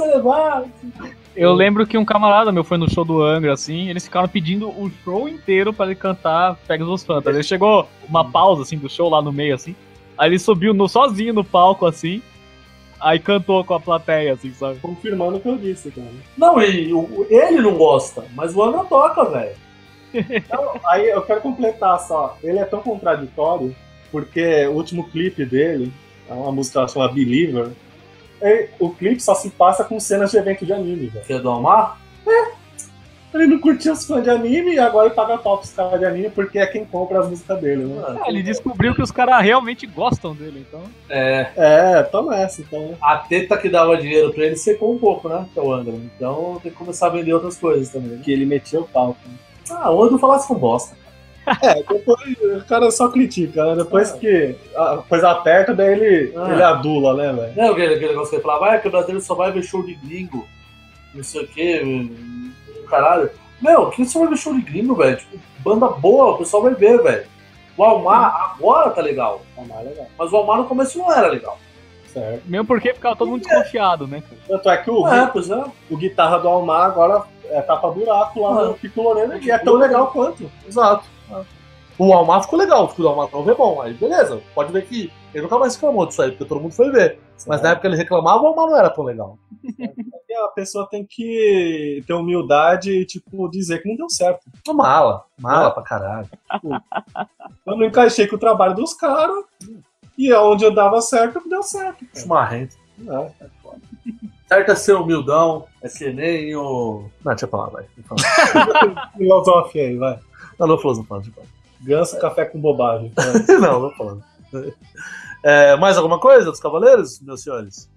Eu lembro que um camarada meu foi no show do Angra, assim, eles ficaram pedindo o show inteiro pra ele cantar Pegasus Fantasy. Ele chegou uma pausa, assim, do show lá no meio, assim, aí ele subiu sozinho no palco, assim, aí cantou com a plateia, assim, sabe? Confirmando o que eu disse, cara. Não, ele não gosta, mas o Angra toca, velho. Então, aí eu quero completar só. Ele é tão contraditório, porque o último clipe dele, é uma música chamada Believer, o clipe só se passa com cenas de evento de anime, velho. Que é do Almar? Ele não curtia os fãs de anime e agora ele paga pau pros caras de anime porque é quem compra as músicas dele, né? Ele descobriu que os caras realmente gostam dele, então. Toma essa, então. A teta que dava dinheiro pra ele secou um pouco, né? Que é o Angra. Então tem que começar a vender outras coisas também. Que ele metia o pau. O Angra falasse com bosta. Depois o cara só critica, né? Depois que a coisa aperta, daí ele adula, né, velho? Não, aquele negócio que ele falava, que o brasileiro só vai ver show de gringo, não sei o que, caralho. Meu, quem só vai ver show de gringo, velho? Tipo, banda boa, o pessoal vai ver, velho. O Almar agora tá legal. Mas o Almar no começo não era legal. Certo. Mesmo porque ficava todo mundo desconfiado, né? Tanto é que o guitarra do Almar agora é tapa-buraco lá no Pico Lorena e é tão legal quanto. Exato. O Almar ficou legal, o Almar novo é bom. Aí beleza, pode ver que ele nunca mais reclamou disso aí, porque todo mundo foi ver. Mas na época ele reclamava, o Almar não era tão legal. A pessoa tem que ter humildade e, tipo, dizer que não deu certo. Mala pra caralho. Eu não encaixei com o trabalho dos caras e onde eu dava certo, deu certo. Chumarrento. Certo é ser humildão, é que nem o... Não, deixa eu falar, vai. Filosofia aí, vai. Não filosofando, tipo. Ganso, café com bobagem. Não falando. Mais alguma coisa dos Cavaleiros, meus senhores?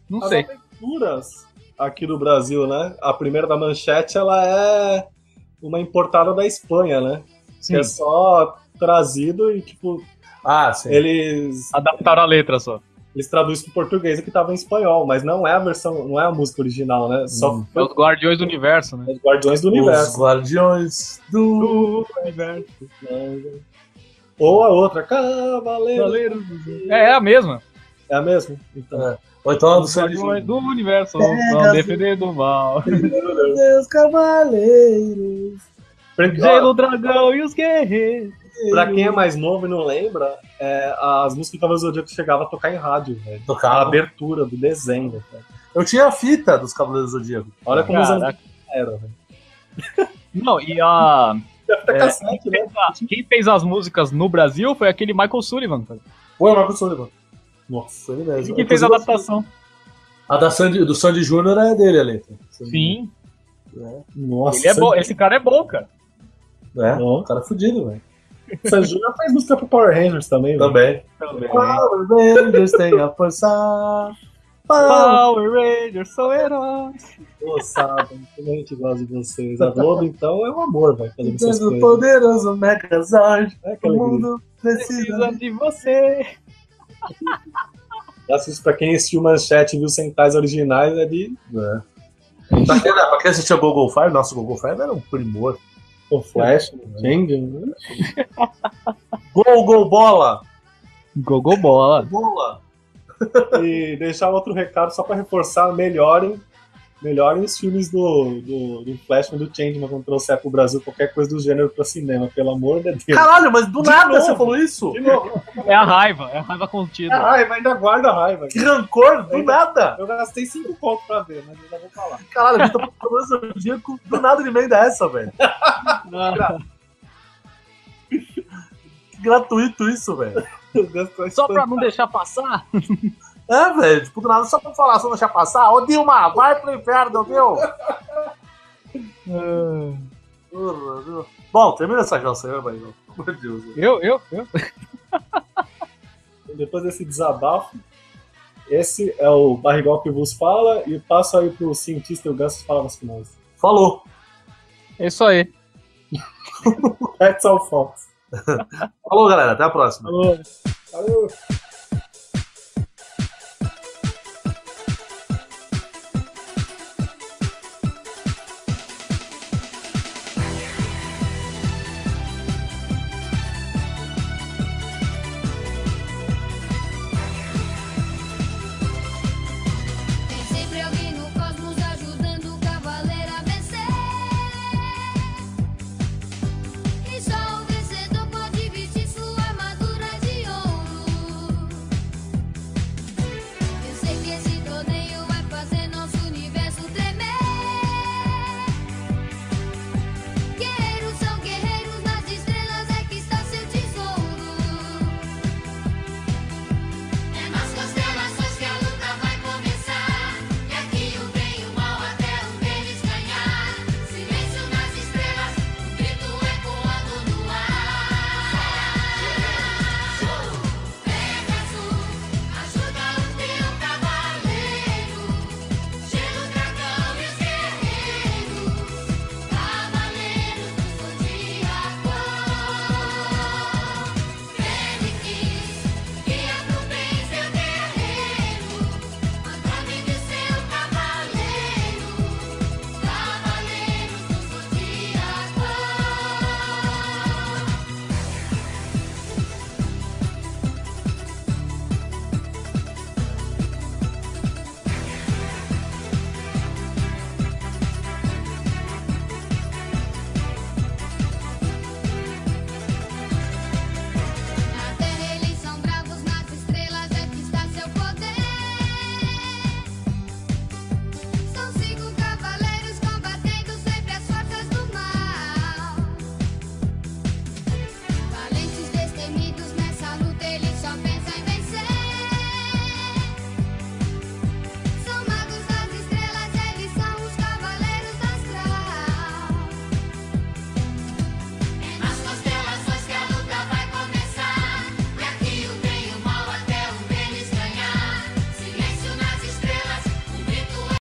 Não As sei. aventuras aqui do Brasil, né? A primeira da Manchete, ela é uma importada da Espanha, né? Sim. Que é só trazido e, tipo, Sim. eles Adaptaram a letra só. traduzem pro português que tava em espanhol, mas não é a versão, não é a música original, né? Só É foi os Guardiões do Universo, né? os Guardiões do Universo. Os Guardiões do Universo. Ou a outra, Cavaleiro. É a mesma. É a mesma? Então. Ou então a do Os Sandy Guardiões do Universo. Pega Vão as- defender do mal. Deus Cavaleiros. Gelo, dragão e os guerreiros. Pra quem é mais novo e não lembra, as músicas do Cavaleiro do Zodíaco chegavam a tocar em rádio, velho. Tocava. A abertura do desenho, velho. Eu tinha a fita dos Cavaleiros do Zodíaco. Olha como os anos Caraca. era, velho. Não, e a. Até cassete, né? Quem fez as músicas no Brasil foi aquele Michael Sullivan, cara. Oi, Marcos Sullivan. Nossa, ele mesmo. Ele que fez a adaptação. A do Sandy Júnior é dele, a letra. Sim. Nossa, Ele é bom. Esse cara é bom, cara. O cara é fudido, velho. Sandy Júnior faz música pro Power Rangers também, velho. Também. Power Rangers tem a força. Power Rangers são heróis. Ô, sabe, como a gente gosta de vocês. A Globo, então, é um amor, vai fazendo essas Sendo coisas. poderoso Megazord. É que O alegria. mundo precisa. Precisa de você. Assiste pra quem assistiu Manchete e viu Centais originais, é de Pra quem assistia Google Fire, nosso Google Fire era um primor. o Flash, Change, né? Gol, bola! Gogô bola. Bola! E deixar outro recado só pra reforçar, melhorem os filmes do Flashman, do Changeman, quando trouxer pro Brasil qualquer coisa do gênero pra cinema, pelo amor de Deus. Caralho, mas do nada novo. você falou isso? De novo. É a raiva contida. É raiva, ainda guarda a raiva. Que rancor, do nada! Eu gastei 5 pontos pra ver, mas ainda vou falar. Caralho, a gente tá falando Zodíaco, do nada ele vem dessa, velho. Que gratuito isso, velho. Só pra não deixar passar. É, velho, tipo, do nada, só pra falar, só deixar passar. Ô, Dilma, vai pro inferno, viu? Bom, termina essa jossa aí, velho. Meu Deus. Eu? Depois desse desabafo, esse é o Barrigol que vos fala e passo aí pro cientista e o Ganso falar as finais. Falou. É isso aí. That's all, Fox. Falou, galera. Até a próxima. Falou. Valeu.